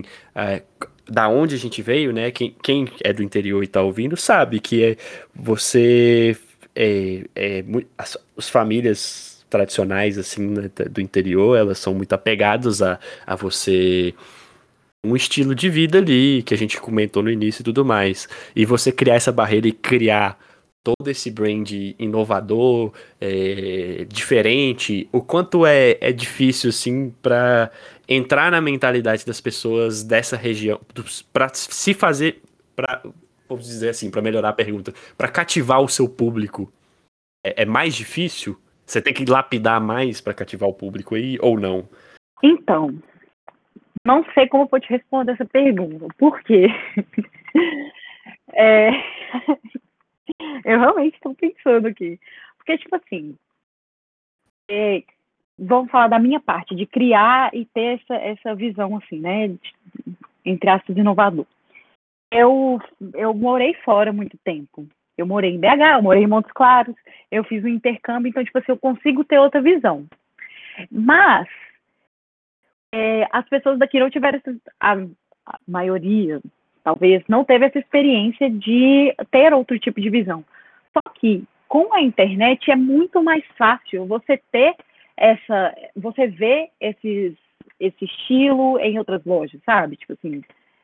da onde a gente veio, né? Quem é do interior e tá ouvindo sabe que você as famílias tradicionais assim, né, do interior, elas são muito apegadas a você um estilo de vida ali que a gente comentou no início e tudo mais. E você criar essa barreira e criar todo esse brand inovador, diferente, o quanto é difícil, assim, para entrar na mentalidade das pessoas dessa região, para se fazer, para, vamos dizer assim, para melhorar a pergunta, para cativar o seu público, é mais difícil? Você tem que lapidar mais para cativar o público aí, ou não? Então, não sei como eu vou te responder essa pergunta. Por quê? É, eu realmente estou pensando aqui. Porque, tipo assim, vamos falar da minha parte, de criar e ter essa visão, assim, né? Entre aspas, inovador. Eu morei fora muito tempo. Eu morei em BH, eu morei em Montes Claros, eu fiz um intercâmbio, então, tipo assim, eu consigo ter outra visão. Mas, as pessoas daqui não tiveram, a maioria, talvez, não teve essa experiência de ter outro tipo de visão. Só que, com a internet, é muito mais fácil você ter você ver esse estilo em outras lojas, sabe? Tipo assim,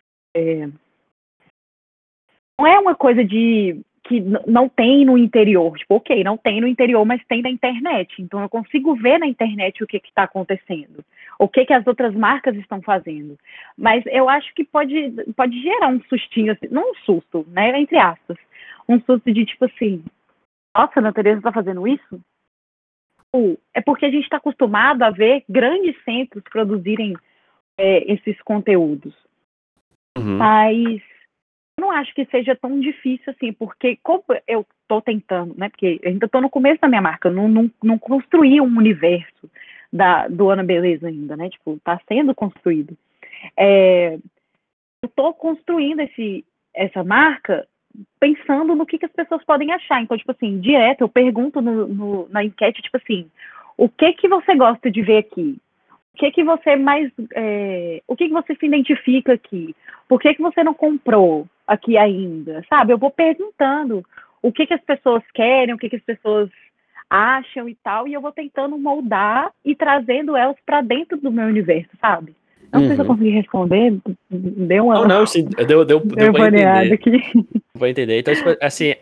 não é uma coisa que não tem no interior. Tipo, ok, não tem no interior, mas tem na internet. Então eu consigo ver na internet o que está acontecendo, o que as outras marcas estão fazendo. Mas eu acho que pode gerar um sustinho, assim, não um susto, né? Entre aspas. Um susto de tipo assim, nossa, a Teresa está fazendo isso? É porque a gente está acostumado a ver grandes centros produzirem esses conteúdos. Uhum. Mas eu não acho que seja tão difícil assim, porque como eu estou tentando, né? Porque eu ainda estou no começo da minha marca, eu não construí um universo do Ana Beleza ainda, né? Tipo, está sendo construído. Eu estou construindo essa marca pensando no que as pessoas podem achar. Então, tipo assim, direto eu pergunto na enquete, tipo assim, o que você gosta de ver aqui? O que você mais, o que você se identifica aqui? Por que você não comprou aqui ainda? Sabe? Eu vou perguntando o que as pessoas querem, o que as pessoas acham e tal, e eu vou tentando moldar e trazendo elas para dentro do meu universo, sabe? Não sei se eu consegui responder, deu uma, Não, sim, deu pra entender. aqui. Vou entender. Então, tipo, assim,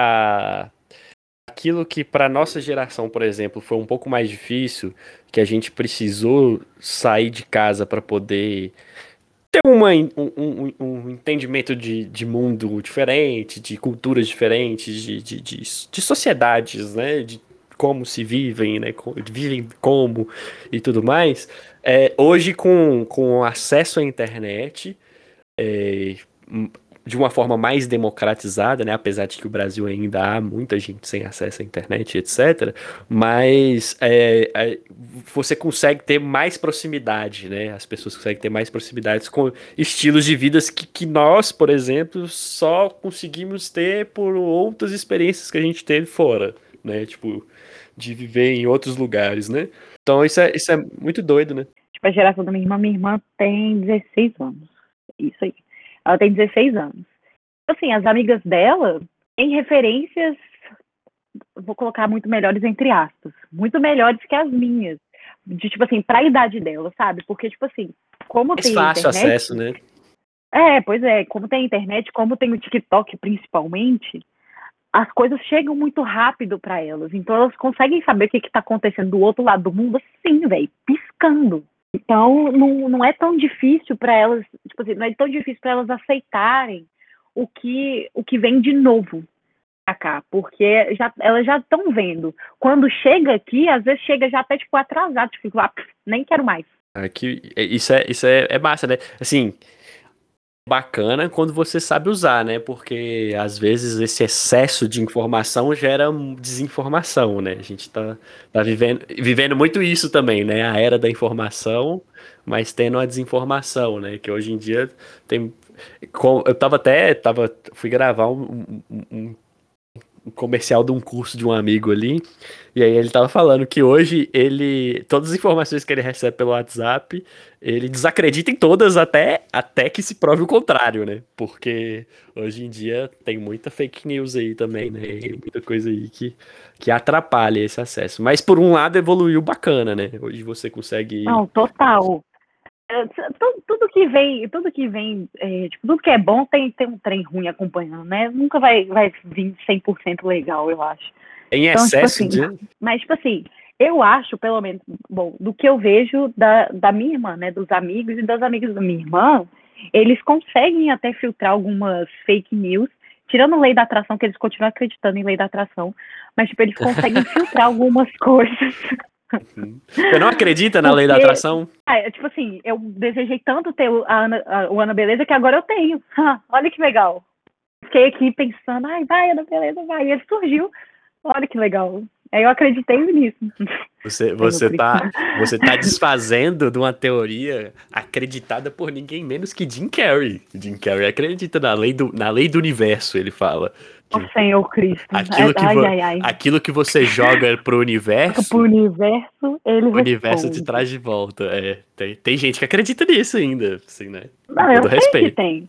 aquilo que para nossa geração, por exemplo, foi um pouco mais difícil, que a gente precisou sair de casa para poder ter um entendimento de mundo diferente, de culturas diferentes, de sociedades, né? De como se vivem, né? Vivem como e tudo mais. Hoje, com acesso à internet, é, de uma forma mais democratizada, né? Apesar de que o Brasil ainda há muita gente sem acesso à internet, etc. Mas você consegue ter mais proximidade, né? As pessoas conseguem ter mais proximidades com estilos de vidas que nós, por exemplo, só conseguimos ter por outras experiências que a gente teve fora, né? Tipo, de viver em outros lugares, né? Então isso é muito doido, né? Tipo, a geração da minha irmã tem 16 anos. Isso aí. Ela tem 16 anos. Assim, as amigas dela têm referências, vou colocar muito melhores entre aspas, muito melhores que as minhas. De, tipo assim, pra idade dela, sabe? Porque, tipo assim, como Mais tem fácil internet... acesso, né? Pois é, como tem internet, como tem o TikTok principalmente, as coisas chegam muito rápido para elas. Então elas conseguem saber o que está acontecendo do outro lado do mundo assim, velho, piscando. Então não é tão difícil para elas, tipo assim, não é tão difícil para elas aceitarem o que vem de novo pra cá, porque elas já estão vendo. Quando chega aqui, às vezes chega já até tipo atrasado, tipo, nem quero mais. Isso é massa, né? Assim, bacana quando você sabe usar, né? Porque às vezes esse excesso de informação gera desinformação, né? A gente tá vivendo muito isso também, né? A era da informação, mas tendo a desinformação, né? Que hoje em dia tem. Eu fui gravar um comercial de um curso de um amigo ali, e aí ele tava falando que hoje todas as informações que ele recebe pelo WhatsApp, ele desacredita em todas até que se prove o contrário, né? Porque hoje em dia tem muita fake news aí também, né? E muita coisa aí que atrapalha esse acesso. Mas por um lado evoluiu bacana, né? Hoje você consegue. Não, total. Tudo que vem, tipo, tudo que é bom tem um trem ruim acompanhando, né? Nunca vai vir 100% legal, eu acho. Em Então, excesso tipo assim, mas, tipo assim, eu acho, pelo menos, bom, do que eu vejo da minha irmã, né, dos amigos e das amigas da minha irmã, eles conseguem até filtrar algumas fake news, tirando a lei da atração, que eles continuam acreditando em lei da atração, mas, tipo, eles conseguem filtrar algumas coisas. Você não acredita na lei da atração? Tipo assim, eu desejei tanto ter o Ana Beleza que agora eu tenho. Olha que legal. Fiquei aqui pensando, ai, vai, Ana Beleza, vai. E ele surgiu. Olha que legal. Aí eu acreditei nisso. Você tá desfazendo de uma teoria acreditada por ninguém menos que Jim Carrey. Jim Carrey acredita na lei do universo, ele fala. O Senhor Cristo. Aquilo que você joga pro universo, ele o universo te responde. traz de volta. Tem gente que acredita nisso ainda, assim, né? Não, eu sei que tem.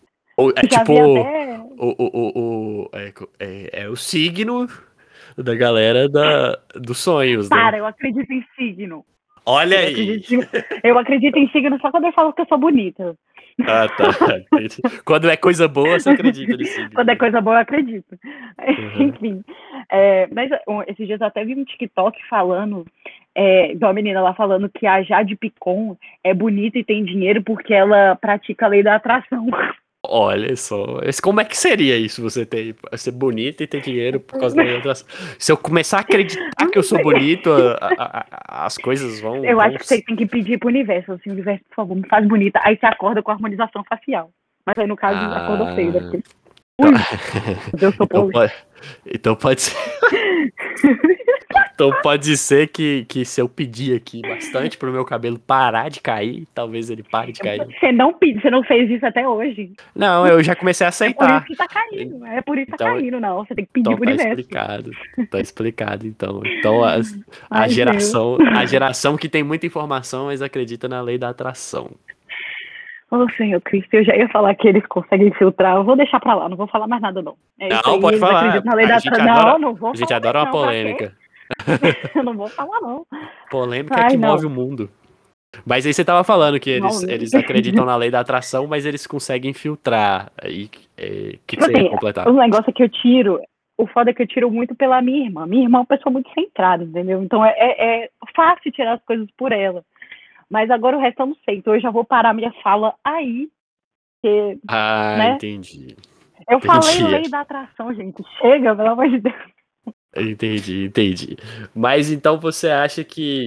É o signo da galera dos sonhos, né? Para, eu acredito em signo. Olha aí! Eu acredito em signo só quando eu falo que eu sou bonita. Ah, tá. Quando é coisa boa, você acredita nisso. Quando é coisa boa, eu acredito. Enfim. Mas esses dias eu até vi um TikTok falando, de uma menina lá falando que a Jade Picon é bonita e tem dinheiro porque ela pratica a lei da atração. Olha só, como é que seria isso, você ser bonito e ter dinheiro por causa da lei da atração? Se eu começar a acreditar que eu sou bonito, as coisas vão... Eu acho que você tem que pedir pro universo, assim, universo, por favor, me faz bonita, aí você acorda com a harmonização facial. Mas aí, no caso, acordou feio, deve ter. Ui, eu sou então pode ser... Então pode ser que se eu pedir aqui bastante pro meu cabelo parar de cair, talvez ele pare de cair. Você não fez isso até hoje. Não, eu já comecei a É por isso aceitar. que tá caindo. É por isso que tá Então, caindo, não. Você tem que pedir então pro tá universo. explicado. Tá explicado, então. Então a Ai, Deus. geração que tem muita informação, mas acredita na lei da atração. Ô, Senhor Cristo, eu já ia falar que eles conseguem filtrar. Eu vou deixar pra lá, não vou falar mais nada, não. É isso Não, aí, pode eles falar. acreditam na lei A da gente atração. adora, Não, não vou a gente falar mais, adora uma não. Pra quê? polêmica. Eu não vou falar, não. Polêmica é Ai, que move não. o mundo. Mas aí você tava falando que Não, eles acreditam na lei da atração, mas eles conseguem filtrar. Aí, que tipo você ia assim, o completar? negócio é que eu tiro, o foda é que eu tiro muito pela minha irmã. Minha irmã é uma pessoa muito centrada, entendeu? Então é fácil tirar as coisas por ela. Mas agora o resto eu não sei. Então eu já vou parar minha fala aí, porque, Ah, né? entendi. Eu falei Entendi. lei da atração, gente. Chega, pelo amor de Deus. Entendi. Mas então você acha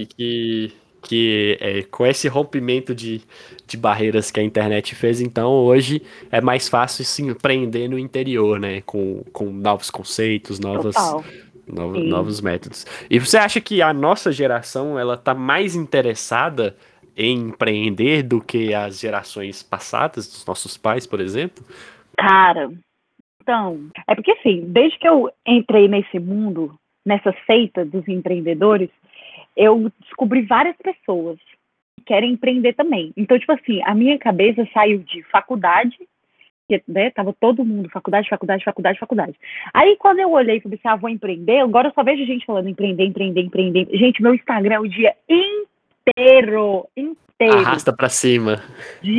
que com esse rompimento de barreiras que a internet fez, então hoje é mais fácil se empreender no interior, né? Com novos conceitos, Total. Sim. novos métodos. E você acha que a nossa geração ela tá mais interessada em empreender do que as gerações passadas, dos nossos pais, por exemplo? Cara, então, é porque assim, desde que eu entrei nesse mundo, nessa seita dos empreendedores, eu descobri várias pessoas que querem empreender também. Então, tipo assim, a minha cabeça saiu de faculdade, que, né, tava todo mundo, faculdade, faculdade, faculdade, faculdade. Aí, quando eu olhei e falei assim, vou empreender, agora eu só vejo gente falando empreender, empreender, empreender. Gente, meu Instagram é o dia inteiro, Arrasta pra cima. de,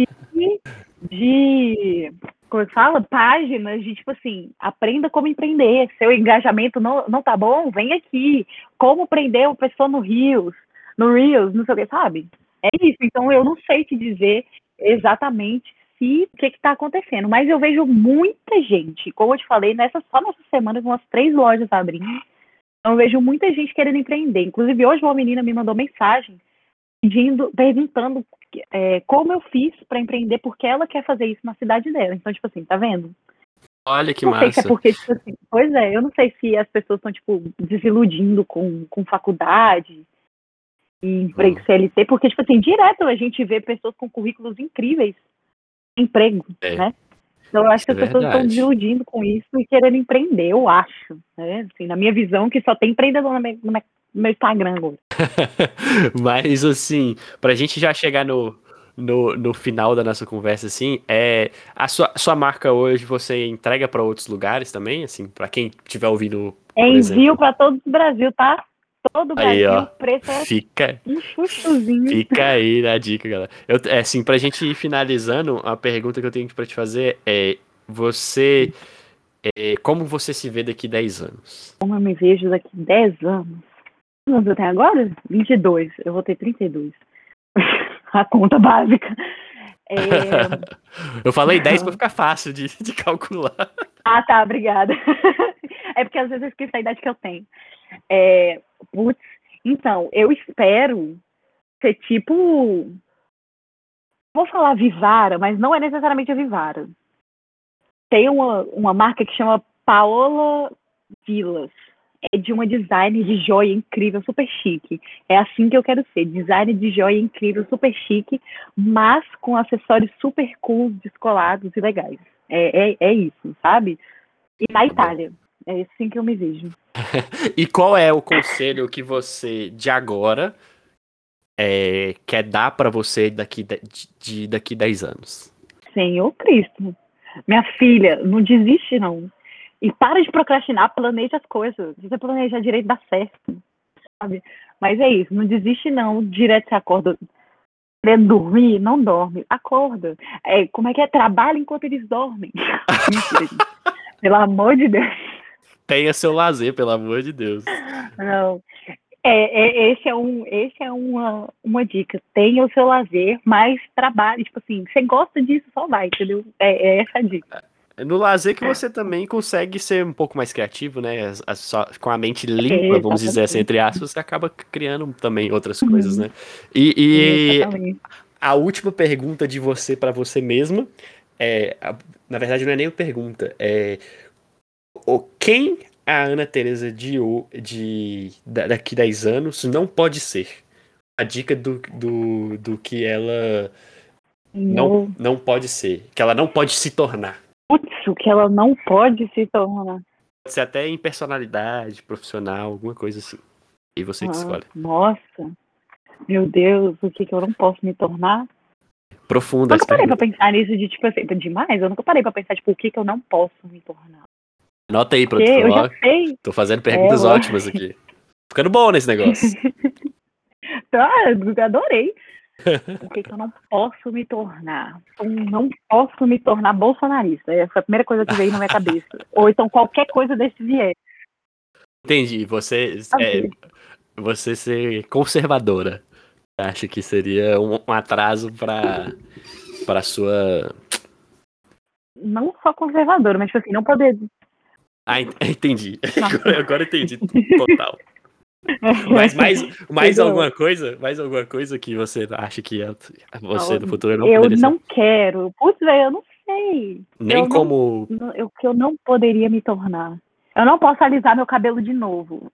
de como é que fala? Páginas de tipo assim, aprenda como empreender. Seu engajamento não tá bom? Vem aqui. Como prender uma pessoa no Reels, não sei o que, sabe? É isso. Então eu não sei te dizer exatamente se o que está acontecendo, mas eu vejo muita gente, como eu te falei, só nessa semana, umas 3 lojas abrindo. Então, eu vejo muita gente querendo empreender. Inclusive, hoje uma menina me mandou mensagem perguntando como eu fiz para empreender, porque ela quer fazer isso na cidade dela. Então, tipo assim, tá vendo? Olha que Não sei se é massa. porque, tipo assim, pois é, eu não sei se as pessoas estão, tipo, desiludindo com faculdade e emprego CLT, porque, tipo assim, direto a gente vê pessoas com currículos incríveis em emprego, É, né? Então, eu acho isso que é as pessoas estão verdade. desiludindo com isso e querendo empreender, eu acho, né? Assim, na minha visão, que só tem empreendedor no meu Instagram agora. Mas assim, pra gente já chegar no final da nossa conversa, assim, a sua marca hoje você entrega pra outros lugares também, assim, pra quem estiver ouvindo, por Envio exemplo. para todo o Brasil, tá? Todo o Aí, Brasil, ó, o preço é fica, um chuchuzinho. fica aí a dica, galera. Assim, pra gente ir finalizando, a pergunta que eu tenho pra te fazer você, como você se vê daqui 10 anos? Como eu me vejo daqui 10 anos? Quantos anos eu tenho agora? 22. Eu vou ter 32. A conta básica. É... Eu falei 10 pra ficar fácil de calcular. Ah, tá, obrigada. É porque às vezes eu esqueço a idade que eu tenho. Putz, então, eu espero ser tipo. Vou falar Vivara, mas não é necessariamente a Vivara. Tem uma marca que chama Paola Vilas. É de uma design de joia incrível, super chique. É assim que eu quero ser. Design de joia incrível, super chique, mas com acessórios super cool, descolados e legais. É isso, sabe? E na Tá bom. Itália. É assim que eu me vejo. E qual é o conselho que você, de agora, quer dar pra você daqui 10 anos? Senhor Cristo. Minha filha, não desiste, não. E para de procrastinar, planeja as coisas. Se você planejar direito, dá certo, sabe? Mas é isso, não desiste, não. Direto você acorda querendo dormir, não dorme. Acorda. Como é que é? Trabalha enquanto eles dormem. Mentira, gente. Pelo amor de Deus. Tenha seu lazer, pelo amor de Deus. Não. Esse é uma dica. Tenha o seu lazer, mas trabalhe. Tipo assim, você gosta disso, só vai, entendeu? É essa a dica. No lazer que você também consegue ser um pouco mais criativo, né? Com a mente limpa, vamos dizer assim, Exatamente. entre aspas, você acaba criando também outras coisas, Uhum. né? E Exatamente. a última pergunta de você para você mesma na verdade, não é nem uma pergunta, quem a Ana Teresa daqui 10 anos não pode ser. A dica do que ela não pode ser. Que ela não pode se tornar. Putz, o que ela não pode se tornar. Pode ser até em personalidade, profissional, alguma coisa assim. E você que escolhe. Nossa, meu Deus, o que eu não posso me tornar? Profunda. Eu nunca parei pra pensar nisso de, tipo assim, demais. Eu nunca parei pra pensar, tipo, o que eu não posso me tornar. Anota aí, produtor. Eu já sei. Tô fazendo ótimas aqui. Ficando bom nesse negócio. Adorei. O que eu não posso me tornar? Eu não posso me tornar bolsonarista. Essa foi a primeira coisa que veio na minha cabeça. Ou então qualquer coisa desse viés. Entendi. Você ser conservadora. Acho que seria um atraso para sua... Não só conservadora, mas tipo assim, não poder... Entendi. Agora entendi total. Mas mais alguma coisa? Mais alguma coisa que você acha que você no futuro não poderia ser? Eu não quero. Putz, velho, eu não sei. Nem como... O que eu não poderia me tornar. Eu não posso alisar meu cabelo de novo.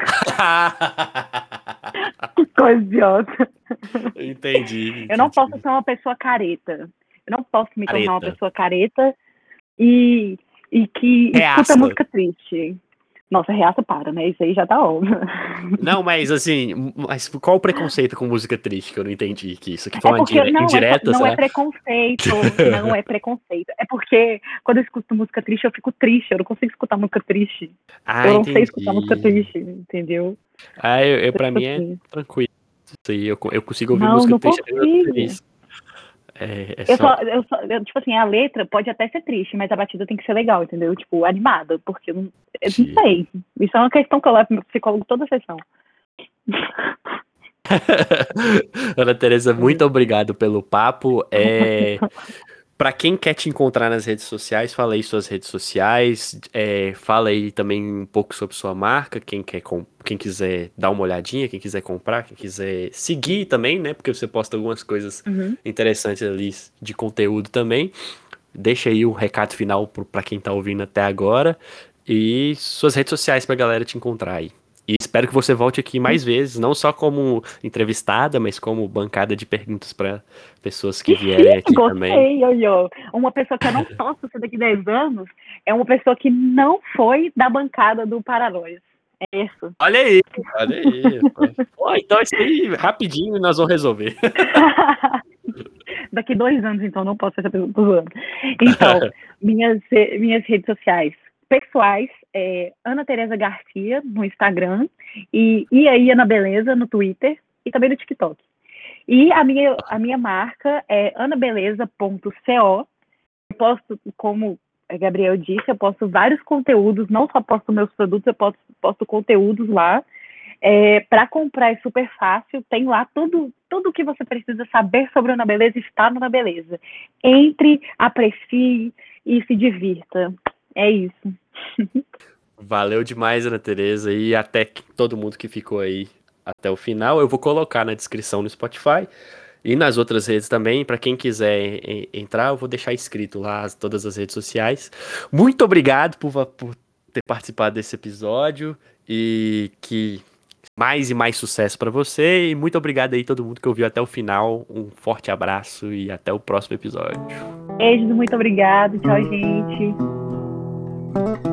Que coisa idiota. Entendi. Eu não posso ser uma pessoa careta. Eu não posso me tornar uma pessoa careta e que escuta música triste. Nossa, reaça para, né? Isso aí já tá óbvio. Não, mas assim, qual o preconceito com música triste que eu não entendi? Que isso aqui foi uma indireta, não é preconceito, não é preconceito. É porque quando eu escuto música triste, eu fico triste. Eu não consigo escutar música triste. Eu não sei escutar música triste, entendeu? Pra mim é tranquilo. Isso aí, eu consigo ouvir música triste. Tipo assim, a letra pode até ser triste, mas a batida tem que ser legal, entendeu? Tipo, animada, porque eu não sei. Isso é uma questão que eu levo pro meu psicólogo toda a sessão. Ana Teresa, muito obrigado pelo papo. Para quem quer te encontrar nas redes sociais, fala aí suas redes sociais, fala aí também um pouco sobre sua marca, quem quiser dar uma olhadinha, quem quiser comprar, quem quiser seguir também, né? Porque você posta algumas coisas interessantes ali de conteúdo também. Deixa aí o recado final para quem tá ouvindo até agora e suas redes sociais pra galera te encontrar aí. E espero que você volte aqui mais vezes, não só como entrevistada, mas como bancada de perguntas para pessoas que vierem aqui também. Uma pessoa que eu não posso ser daqui 10 anos é uma pessoa que não foi da bancada do Paranóis. É isso. Olha aí. Pô, então isso aí, rapidinho, nós vamos resolver. Daqui 2 anos, então, não posso ser essa pessoa. Tô zoando. Então, minhas redes sociais pessoais é Ana Teresa Garcia no Instagram e aí Ana Beleza no Twitter e também no TikTok. E a minha marca é anabeleza.co. Eu posto, como a Gabriel disse, eu posto vários conteúdos, não só posto meus produtos, eu posto conteúdos lá. Para comprar é super fácil, tem lá tudo o que você precisa saber sobre a Ana Beleza está no Ana Beleza. Entre, aprecie e se divirta. É isso. Valeu demais, Ana Teresa, e até todo mundo que ficou aí até o final. Eu vou colocar na descrição no Spotify e nas outras redes também. Para quem quiser entrar, eu vou deixar escrito lá todas as redes sociais. Muito obrigado por ter participado desse episódio e que mais e mais sucesso para você. E muito obrigado aí todo mundo que ouviu até o final. Um forte abraço e até o próximo episódio. Beijo, muito obrigado. Tchau, gente.